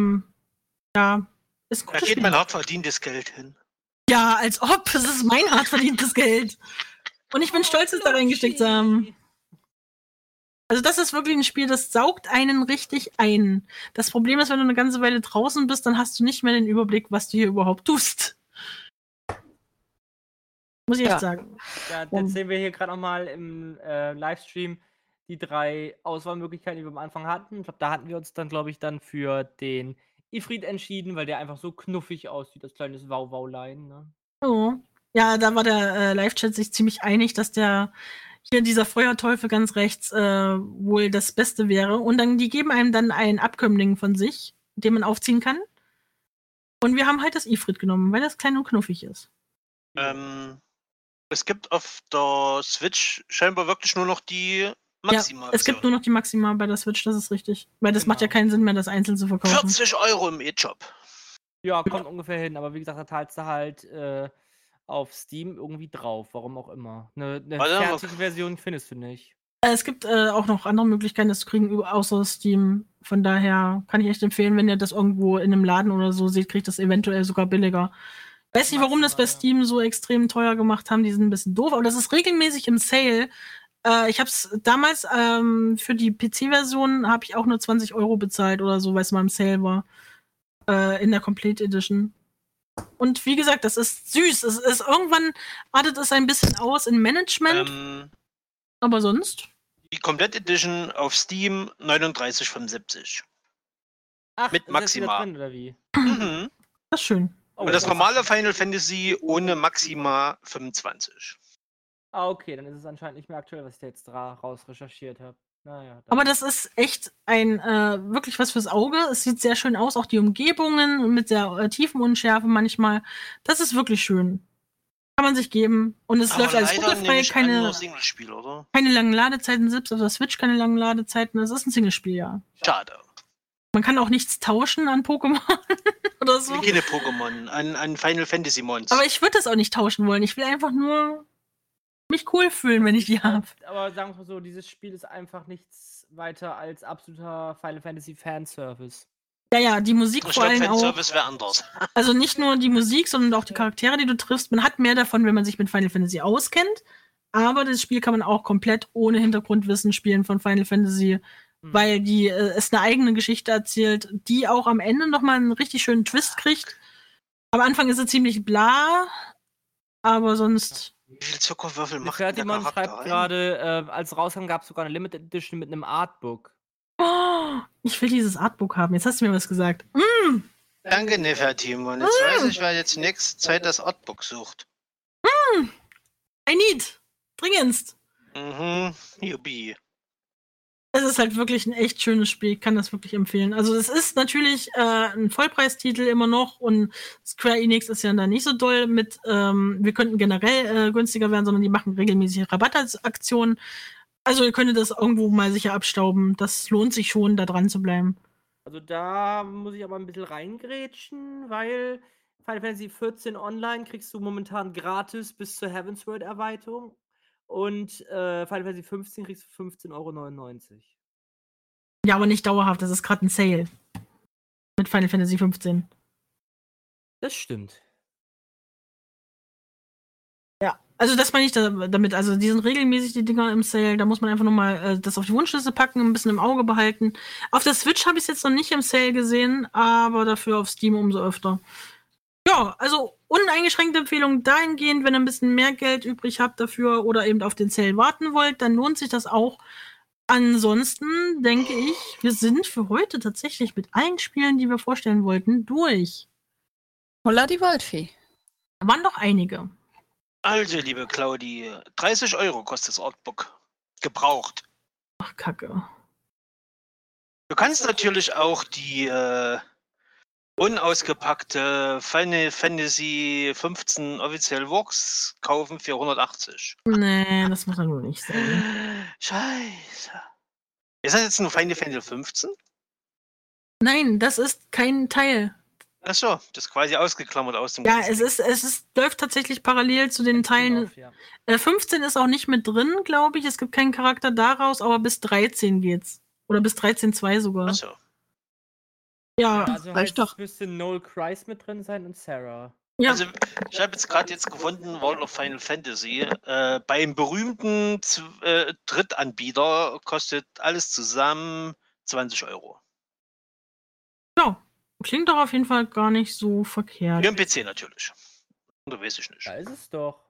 Speaker 1: ist gut.
Speaker 4: Da geht mein hart verdientes Geld hin.
Speaker 1: Ja, als ob. Es ist mein hart verdientes Geld. Und ich bin stolz, es da reingesteckt zu haben. Also das ist wirklich ein Spiel, das saugt einen richtig ein. Das Problem ist, wenn du eine ganze Weile draußen bist, dann hast du nicht mehr den Überblick, was du hier überhaupt tust. Muss ich echt sagen.
Speaker 2: Ja, jetzt sehen wir hier gerade nochmal im Livestream die 3 Auswahlmöglichkeiten, die wir am Anfang hatten. Ich glaube, da hatten wir uns dann, für den Ifrit entschieden, weil der einfach so knuffig aussieht, das kleines Wow-Wow-Lein. Ne?
Speaker 1: Oh. Ja, da war der Live-Chat sich ziemlich einig, dass dieser Feuerteufel ganz rechts wohl das Beste wäre. Und dann, die geben einem dann einen Abkömmling von sich, den man aufziehen kann. Und wir haben halt das Ifrit genommen, weil das klein und knuffig ist.
Speaker 4: Es gibt auf der Switch scheinbar wirklich nur noch die Maxima.
Speaker 1: Ja, es gibt nur noch die Maxima bei der Switch, das ist richtig. Weil das macht ja keinen Sinn mehr, das einzeln zu verkaufen.
Speaker 4: 40 € im E-Shop.
Speaker 2: Ja, kommt ungefähr hin. Aber wie gesagt, da zahlst du halt auf Steam irgendwie drauf. Warum auch immer. Eine fertige Version findest du nicht.
Speaker 1: Es gibt auch noch andere Möglichkeiten, das zu kriegen, außer Steam. Von daher kann ich echt empfehlen, wenn ihr das irgendwo in einem Laden oder so seht, kriegt das eventuell sogar billiger. Weiß nicht, warum das bei Steam so extrem teuer gemacht haben. Die sind ein bisschen doof, aber das ist regelmäßig im Sale. Ich habe es damals für die PC-Version habe ich auch nur 20 € bezahlt oder so, weil es mal im Sale war. In der Complete Edition. Und wie gesagt, das ist süß. Es ist irgendwann artet es ein bisschen aus in Management. Aber sonst?
Speaker 4: Die Complete Edition auf Steam 39,75.
Speaker 2: Ach,
Speaker 4: mit
Speaker 2: ist das
Speaker 4: Maxima.
Speaker 2: wieder drin, oder wie?
Speaker 4: Mhm.
Speaker 1: Das ist schön.
Speaker 2: Oh,
Speaker 4: Und das normale Final Fantasy ohne Maxima 25.
Speaker 2: Ah, okay, dann ist es anscheinend nicht mehr aktuell, was ich da jetzt raus recherchiert habe. Naja.
Speaker 1: Aber das ist echt wirklich was fürs Auge. Es sieht sehr schön aus, auch die Umgebungen mit der tiefen Unschärfe manchmal. Das ist wirklich schön. Kann man sich geben. Und es läuft alles ruckelfrei, keine
Speaker 4: Singlespiel, oder?
Speaker 1: Keine langen Ladezeiten, selbst auf der Switch keine langen Ladezeiten. Das ist ein Singlespiel, ja.
Speaker 4: Schade.
Speaker 1: Man kann auch nichts tauschen an Pokémon oder so.
Speaker 4: Keine Pokémon, an Final Fantasy Mons.
Speaker 1: Aber ich würde das auch nicht tauschen wollen. Ich will einfach nur mich cool fühlen, wenn ich die habe.
Speaker 2: Aber sagen wir mal so, dieses Spiel ist einfach nichts weiter als absoluter Final Fantasy Fanservice.
Speaker 1: Ja, die Musik vor allem auch.
Speaker 4: Fanservice wäre anders.
Speaker 1: Also nicht nur die Musik, sondern auch die Charaktere, die du triffst. Man hat mehr davon, wenn man sich mit Final Fantasy auskennt. Aber das Spiel kann man auch komplett ohne Hintergrundwissen spielen von Final Fantasy, weil es eine eigene Geschichte erzählt, die auch am Ende nochmal einen richtig schönen Twist kriegt. Am Anfang ist sie ziemlich bla, aber sonst...
Speaker 4: Wie viel Zuckerwürfel macht der
Speaker 2: Fertimon
Speaker 4: Charakter
Speaker 2: schreibt
Speaker 4: rein?
Speaker 2: gerade, als rauskam, gab es sogar eine Limited Edition mit einem Artbook.
Speaker 1: Oh, ich will dieses Artbook haben. Jetzt hast du mir was gesagt.
Speaker 4: Danke, Nefertimon. Jetzt weiß ich, wer jetzt nächste Zeit das Artbook sucht.
Speaker 1: I need. Dringendst.
Speaker 4: Jubi.
Speaker 1: Es ist halt wirklich ein echt schönes Spiel. Ich kann das wirklich empfehlen. Also es ist natürlich ein Vollpreistitel immer noch und Square Enix ist ja da nicht so doll mit, wir könnten generell günstiger werden, sondern die machen regelmäßig Rabattaktionen. Also ihr könntet das irgendwo mal sicher abstauben. Das lohnt sich schon, da dran zu bleiben.
Speaker 2: Also da muss ich aber ein bisschen reingrätschen, weil Final Fantasy 14 Online kriegst du momentan gratis bis zur Heavensward Erweiterung. Und Final Fantasy 15 kriegst du 15,99 €.
Speaker 1: Ja, aber nicht dauerhaft. Das ist gerade ein Sale. Mit Final Fantasy 15.
Speaker 2: Das stimmt.
Speaker 1: Ja, also das meine ich damit. Also die sind regelmäßig die Dinger im Sale. Da muss man einfach nochmal das auf die Wunschliste packen, ein bisschen im Auge behalten. Auf der Switch habe ich es jetzt noch nicht im Sale gesehen, aber dafür auf Steam umso öfter. Ja, also uneingeschränkte Empfehlung dahingehend, wenn ihr ein bisschen mehr Geld übrig habt dafür oder eben auf den Sale warten wollt, dann lohnt sich das auch. Ansonsten denke ich, wir sind für heute tatsächlich mit allen Spielen, die wir vorstellen wollten, durch.
Speaker 3: Holla die Waldfee.
Speaker 1: Da waren noch einige.
Speaker 4: Also, liebe Claudi, 30 € kostet das Artbook. Gebraucht.
Speaker 1: Ach, Kacke.
Speaker 4: Du kannst natürlich auch die unausgepackte Final Fantasy 15 Official Works kaufen für 180.
Speaker 1: Nee, das muss er nur nicht sein.
Speaker 4: Scheiße. Ist das jetzt nur Final Fantasy 15?
Speaker 1: Nein, das ist kein Teil.
Speaker 4: Achso, das ist quasi ausgeklammert aus dem
Speaker 1: Ja,
Speaker 4: ganzen
Speaker 1: es läuft tatsächlich parallel zu den Teilen.
Speaker 2: Ja.
Speaker 1: 15 ist auch nicht mit drin, glaube ich. Es gibt keinen Charakter daraus, aber bis 13 geht's. Oder bis 13.2 sogar.
Speaker 4: Achso.
Speaker 1: Ja,
Speaker 2: Also
Speaker 3: reicht
Speaker 2: heißt,
Speaker 3: doch.
Speaker 2: müsste Noel Christ mit drin sein und Sarah.
Speaker 1: ja.
Speaker 4: Also, ich habe jetzt gerade gefunden, World of Final Fantasy. Beim berühmten Drittanbieter kostet alles zusammen 20 €.
Speaker 1: Ja. Klingt doch auf jeden Fall gar nicht so verkehrt.
Speaker 4: Für den PC natürlich. Da weiß ich nicht.
Speaker 2: Da ist es doch.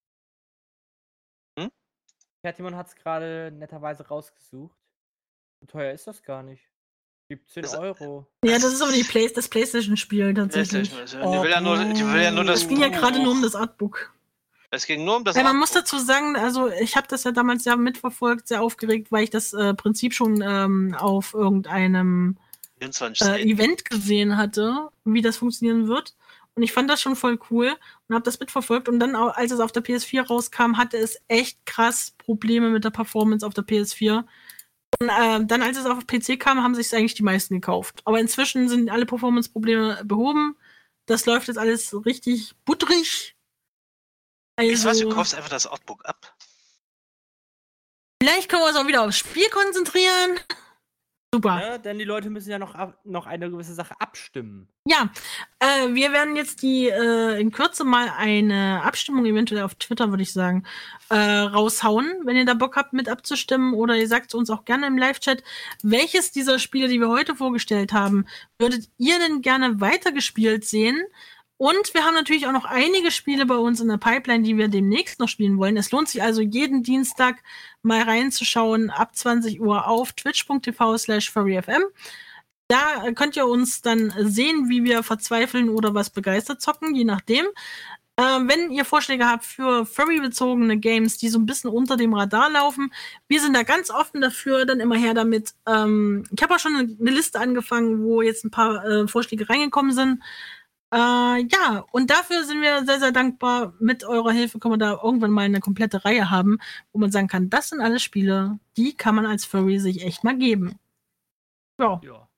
Speaker 2: Fertimon hat es gerade netterweise rausgesucht. So teuer ist das gar nicht. 17
Speaker 4: Das-
Speaker 2: €.
Speaker 1: Ja, das ist aber das PlayStation-Spiel tatsächlich.
Speaker 4: Die will ja nur das
Speaker 1: Es ging ja
Speaker 4: Buch.
Speaker 1: gerade nur um das Artbook.
Speaker 4: Es ging nur um das
Speaker 1: Ja, man muss
Speaker 4: Artbook.
Speaker 1: dazu sagen, also ich habe das ja damals ja mitverfolgt, sehr aufgeregt, weil ich das Prinzip schon auf irgendeinem
Speaker 4: 24 Seiten.
Speaker 1: Event gesehen hatte, wie das funktionieren wird. Und ich fand das schon voll cool und habe das mitverfolgt. Und dann, als es auf der PS4 rauskam, hatte es echt krass Probleme mit der Performance auf der PS4. Und dann, als es auf PC kam, haben sich eigentlich die meisten gekauft. Aber inzwischen sind alle Performance-Probleme behoben. Das läuft jetzt alles richtig butterig.
Speaker 4: Weißt du was, du
Speaker 1: Also,
Speaker 4: kaufst einfach das Artbook ab.
Speaker 1: vielleicht können wir uns auch wieder aufs Spiel konzentrieren. Super.
Speaker 2: Ne? Denn die Leute müssen ja noch eine gewisse Sache abstimmen.
Speaker 1: Ja, wir werden jetzt in Kürze mal eine Abstimmung, eventuell auf Twitter, würde ich sagen, raushauen, wenn ihr da Bock habt, mit abzustimmen. Oder ihr sagt uns auch gerne im Live-Chat, welches dieser Spiele, die wir heute vorgestellt haben, würdet ihr denn gerne weitergespielt sehen? Und wir haben natürlich auch noch einige Spiele bei uns in der Pipeline, die wir demnächst noch spielen wollen. Es lohnt sich also jeden Dienstag mal reinzuschauen, ab 20 Uhr auf twitch.tv/furryfm. Da könnt ihr uns dann sehen, wie wir verzweifeln oder was begeistert zocken, je nachdem. Wenn ihr Vorschläge habt für Furry-bezogene Games, die so ein bisschen unter dem Radar laufen, wir sind da ganz offen dafür, dann immer her damit. Ich habe auch schon eine Liste angefangen, wo jetzt ein paar Vorschläge reingekommen sind. Ja, und dafür sind wir sehr, sehr dankbar. Mit eurer Hilfe können wir da irgendwann mal eine komplette Reihe haben, wo man sagen kann, das sind alles Spiele, die kann man als Furry sich echt mal geben. Ja.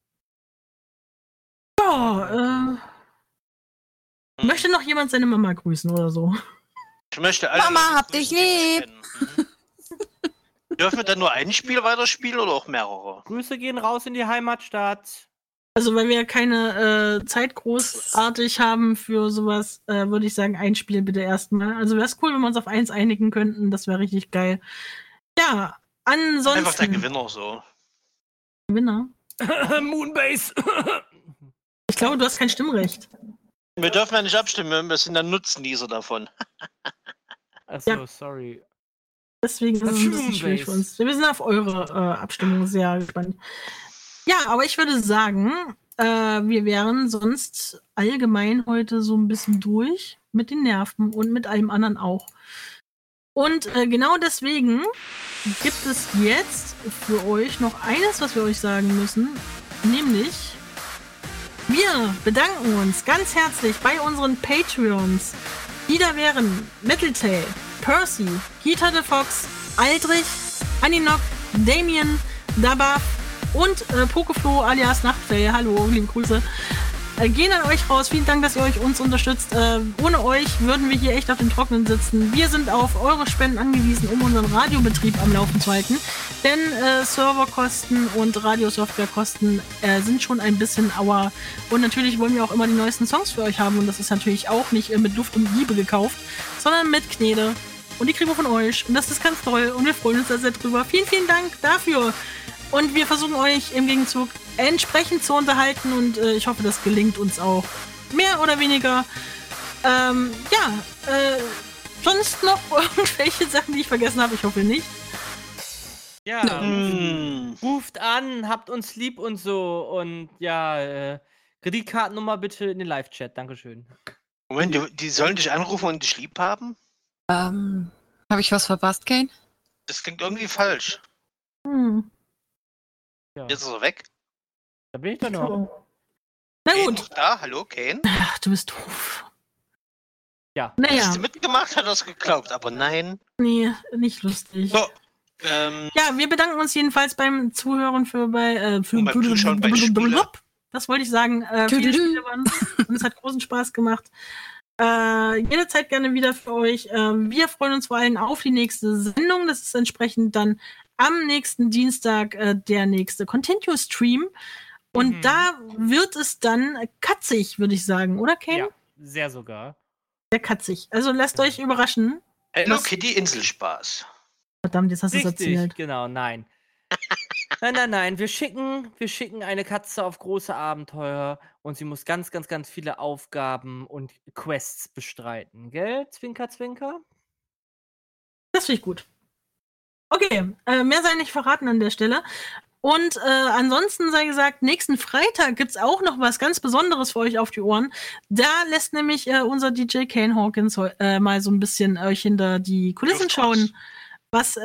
Speaker 1: Möchte noch jemand seine Mama grüßen oder so?
Speaker 4: Ich möchte alle
Speaker 3: Mama,
Speaker 4: Leute
Speaker 3: hab dich
Speaker 4: grüßen, die wir
Speaker 3: lieb.
Speaker 4: kennen. Dürfen wir dann nur ein Spiel weiterspielen oder auch mehrere?
Speaker 2: Grüße gehen raus in die Heimatstadt.
Speaker 1: Also, weil wir keine Zeit großartig haben für sowas, würde ich sagen, ein Spiel bitte erstmal. Also wäre es cool, wenn wir uns auf eins einigen könnten. Das wäre richtig geil. Ja, ansonsten.
Speaker 4: Einfach der Gewinner so.
Speaker 1: Gewinner?
Speaker 2: Moonbase.
Speaker 1: Ich glaube, du hast kein Stimmrecht.
Speaker 4: Wir dürfen ja nicht abstimmen, wir sind der Nutznießer davon.
Speaker 2: Achso,
Speaker 1: Ja.
Speaker 2: sorry.
Speaker 1: Deswegen ist es ein bisschen schwierig für uns. Wir sind auf eure Abstimmung sehr gespannt. Ja, aber ich würde sagen, wir wären sonst allgemein heute so ein bisschen durch mit den Nerven und mit allem anderen auch. Und genau deswegen gibt es jetzt für euch noch eines, was wir euch sagen müssen, nämlich wir bedanken uns ganz herzlich bei unseren Patreons, die da wären Metaltail, Percy, Gita the Fox, Aldrich, Aninok, Damien, Dabaf und Pokeflo alias Nachtfell. Hallo, liebe Grüße. Gehen an euch raus. Vielen Dank, dass ihr uns unterstützt. Ohne euch würden wir hier echt auf dem Trockenen sitzen. Wir sind auf eure Spenden angewiesen, um unseren Radiobetrieb am Laufen zu halten. Denn Serverkosten und Radiosoftwarekosten sind schon ein bisschen auer. Und natürlich wollen wir auch immer die neuesten Songs für euch haben. Und das ist natürlich auch nicht mit Luft und Liebe gekauft, sondern mit Knete. Und die kriegen wir von euch. Und das ist ganz toll. Und wir freuen uns da sehr drüber. Vielen, vielen Dank dafür. Und wir versuchen euch im Gegenzug entsprechend zu unterhalten und ich hoffe, das gelingt uns auch. Mehr oder weniger. Sonst noch irgendwelche Sachen, die ich vergessen habe? Ich hoffe nicht.
Speaker 2: Ja, ruft an, habt uns lieb und so. Und ja, Kreditkartennummer bitte in den Live-Chat. Dankeschön.
Speaker 4: Moment, die sollen dich anrufen und dich lieb haben?
Speaker 3: Habe ich was verpasst, Kane?
Speaker 4: Das klingt irgendwie falsch.
Speaker 2: Ja.
Speaker 4: Jetzt ist er weg.
Speaker 2: Da bin ich doch noch.
Speaker 1: Na
Speaker 4: Kane
Speaker 1: gut.
Speaker 4: noch da? Hallo, Kane?
Speaker 1: Ach, du bist doof.
Speaker 2: Ja.
Speaker 1: Naja,
Speaker 4: Hast du mitgemacht, hat er es geglaubt, aber nein.
Speaker 1: nee, nicht lustig.
Speaker 4: So,
Speaker 1: Ja, wir bedanken uns jedenfalls beim Zuhören
Speaker 4: beim Zuschauen bei Spiele.
Speaker 1: Das wollte ich sagen. Viele Spiele waren und es hat großen Spaß gemacht. Jederzeit gerne wieder für euch. Wir freuen uns vor allem auf die nächste Sendung. Das ist entsprechend dann am nächsten Dienstag der nächste Continue-Stream. Und da wird es dann katzig, würde ich sagen, oder Ken?
Speaker 2: Ja, sehr sogar.
Speaker 1: Sehr katzig. Also lasst euch überraschen.
Speaker 4: Hello Kitty Inselspaß.
Speaker 1: Verdammt, jetzt hast du es
Speaker 2: Richtig,
Speaker 1: erzählt.
Speaker 2: genau, nein. Nein. Wir schicken eine Katze auf große Abenteuer und sie muss ganz, ganz, ganz viele Aufgaben und Quests bestreiten. Gell? Zwinker, zwinker?
Speaker 1: Das finde ich gut. Okay, mehr sei nicht verraten an der Stelle. Und ansonsten sei gesagt, nächsten Freitag gibt es auch noch was ganz Besonderes für euch auf die Ohren. Da lässt nämlich unser DJ Kane Hawkins mal so ein bisschen euch hinter die Kulissen schauen, was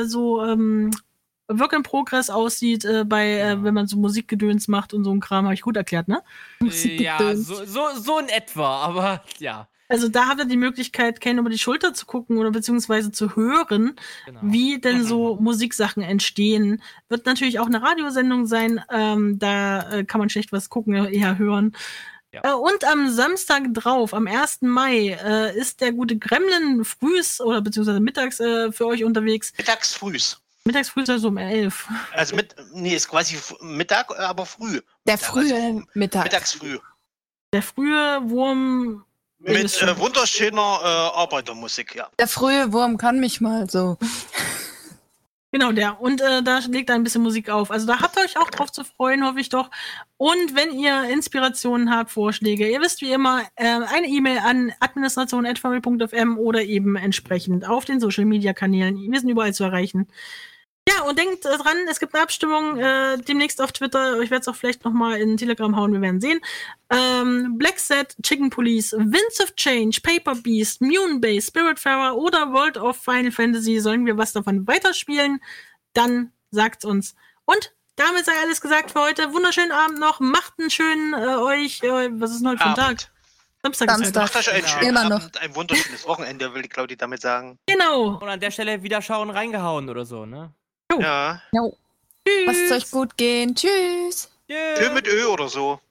Speaker 1: Work in Progress aussieht, wenn man so Musikgedöns macht und so ein Kram. Habe ich gut erklärt, ne?
Speaker 2: Ja, so in etwa, aber ja.
Speaker 1: Also da habt ihr die Möglichkeit, Kane über die Schulter zu gucken oder beziehungsweise zu hören,
Speaker 2: Genau.
Speaker 1: wie denn so Musiksachen entstehen. Wird natürlich auch eine Radiosendung sein. Da kann man schlecht was gucken, eher hören.
Speaker 2: Ja.
Speaker 1: Und am Samstag drauf, am 1. Mai, ist der gute Gremlin frühs oder beziehungsweise mittags für euch unterwegs.
Speaker 4: Mittags frühs.
Speaker 1: Mittags früh ist also um 11.
Speaker 4: Also ist quasi Mittag, aber früh.
Speaker 3: Der frühe Mittag.
Speaker 4: Mittags früh.
Speaker 1: Der frühe Wurm.
Speaker 4: Mit wunderschöner Arbeitermusik, ja.
Speaker 3: Der frühe Wurm kann mich mal so.
Speaker 1: Genau, und da legt er ein bisschen Musik auf. Also da habt ihr euch auch drauf zu freuen, hoffe ich doch. Und wenn ihr Inspirationen habt, Vorschläge, ihr wisst wie immer, eine E-Mail an administration@furry.fm oder eben entsprechend auf den Social-Media-Kanälen. Wir sind überall zu erreichen. Ja, und denkt dran, es gibt eine Abstimmung demnächst auf Twitter. Ich werde es auch vielleicht nochmal in Telegram hauen, wir werden sehen. Black Set, Chicken Police, Winds of Change, Paper Beast, Moonbase, Spiritfarer oder World of Final Fantasy. Sollen wir was davon weiterspielen? Dann sagt's uns. Und damit sei alles gesagt für heute. Wunderschönen Abend noch. Macht einen schönen was ist denn heute für ein Tag? Samstag.
Speaker 4: Macht euch einen schönen
Speaker 3: Immer
Speaker 4: Abend, ein wunderschönes Wochenende, will die Claudi damit sagen.
Speaker 1: Genau.
Speaker 2: Und an der Stelle wieder schauen, reingehauen oder so, ne?
Speaker 4: Ja.
Speaker 3: Jo.
Speaker 1: Tschüss.
Speaker 3: Lasst es euch gut gehen. Tschüss.
Speaker 2: Yeah.
Speaker 4: Tschö mit Ö oder so.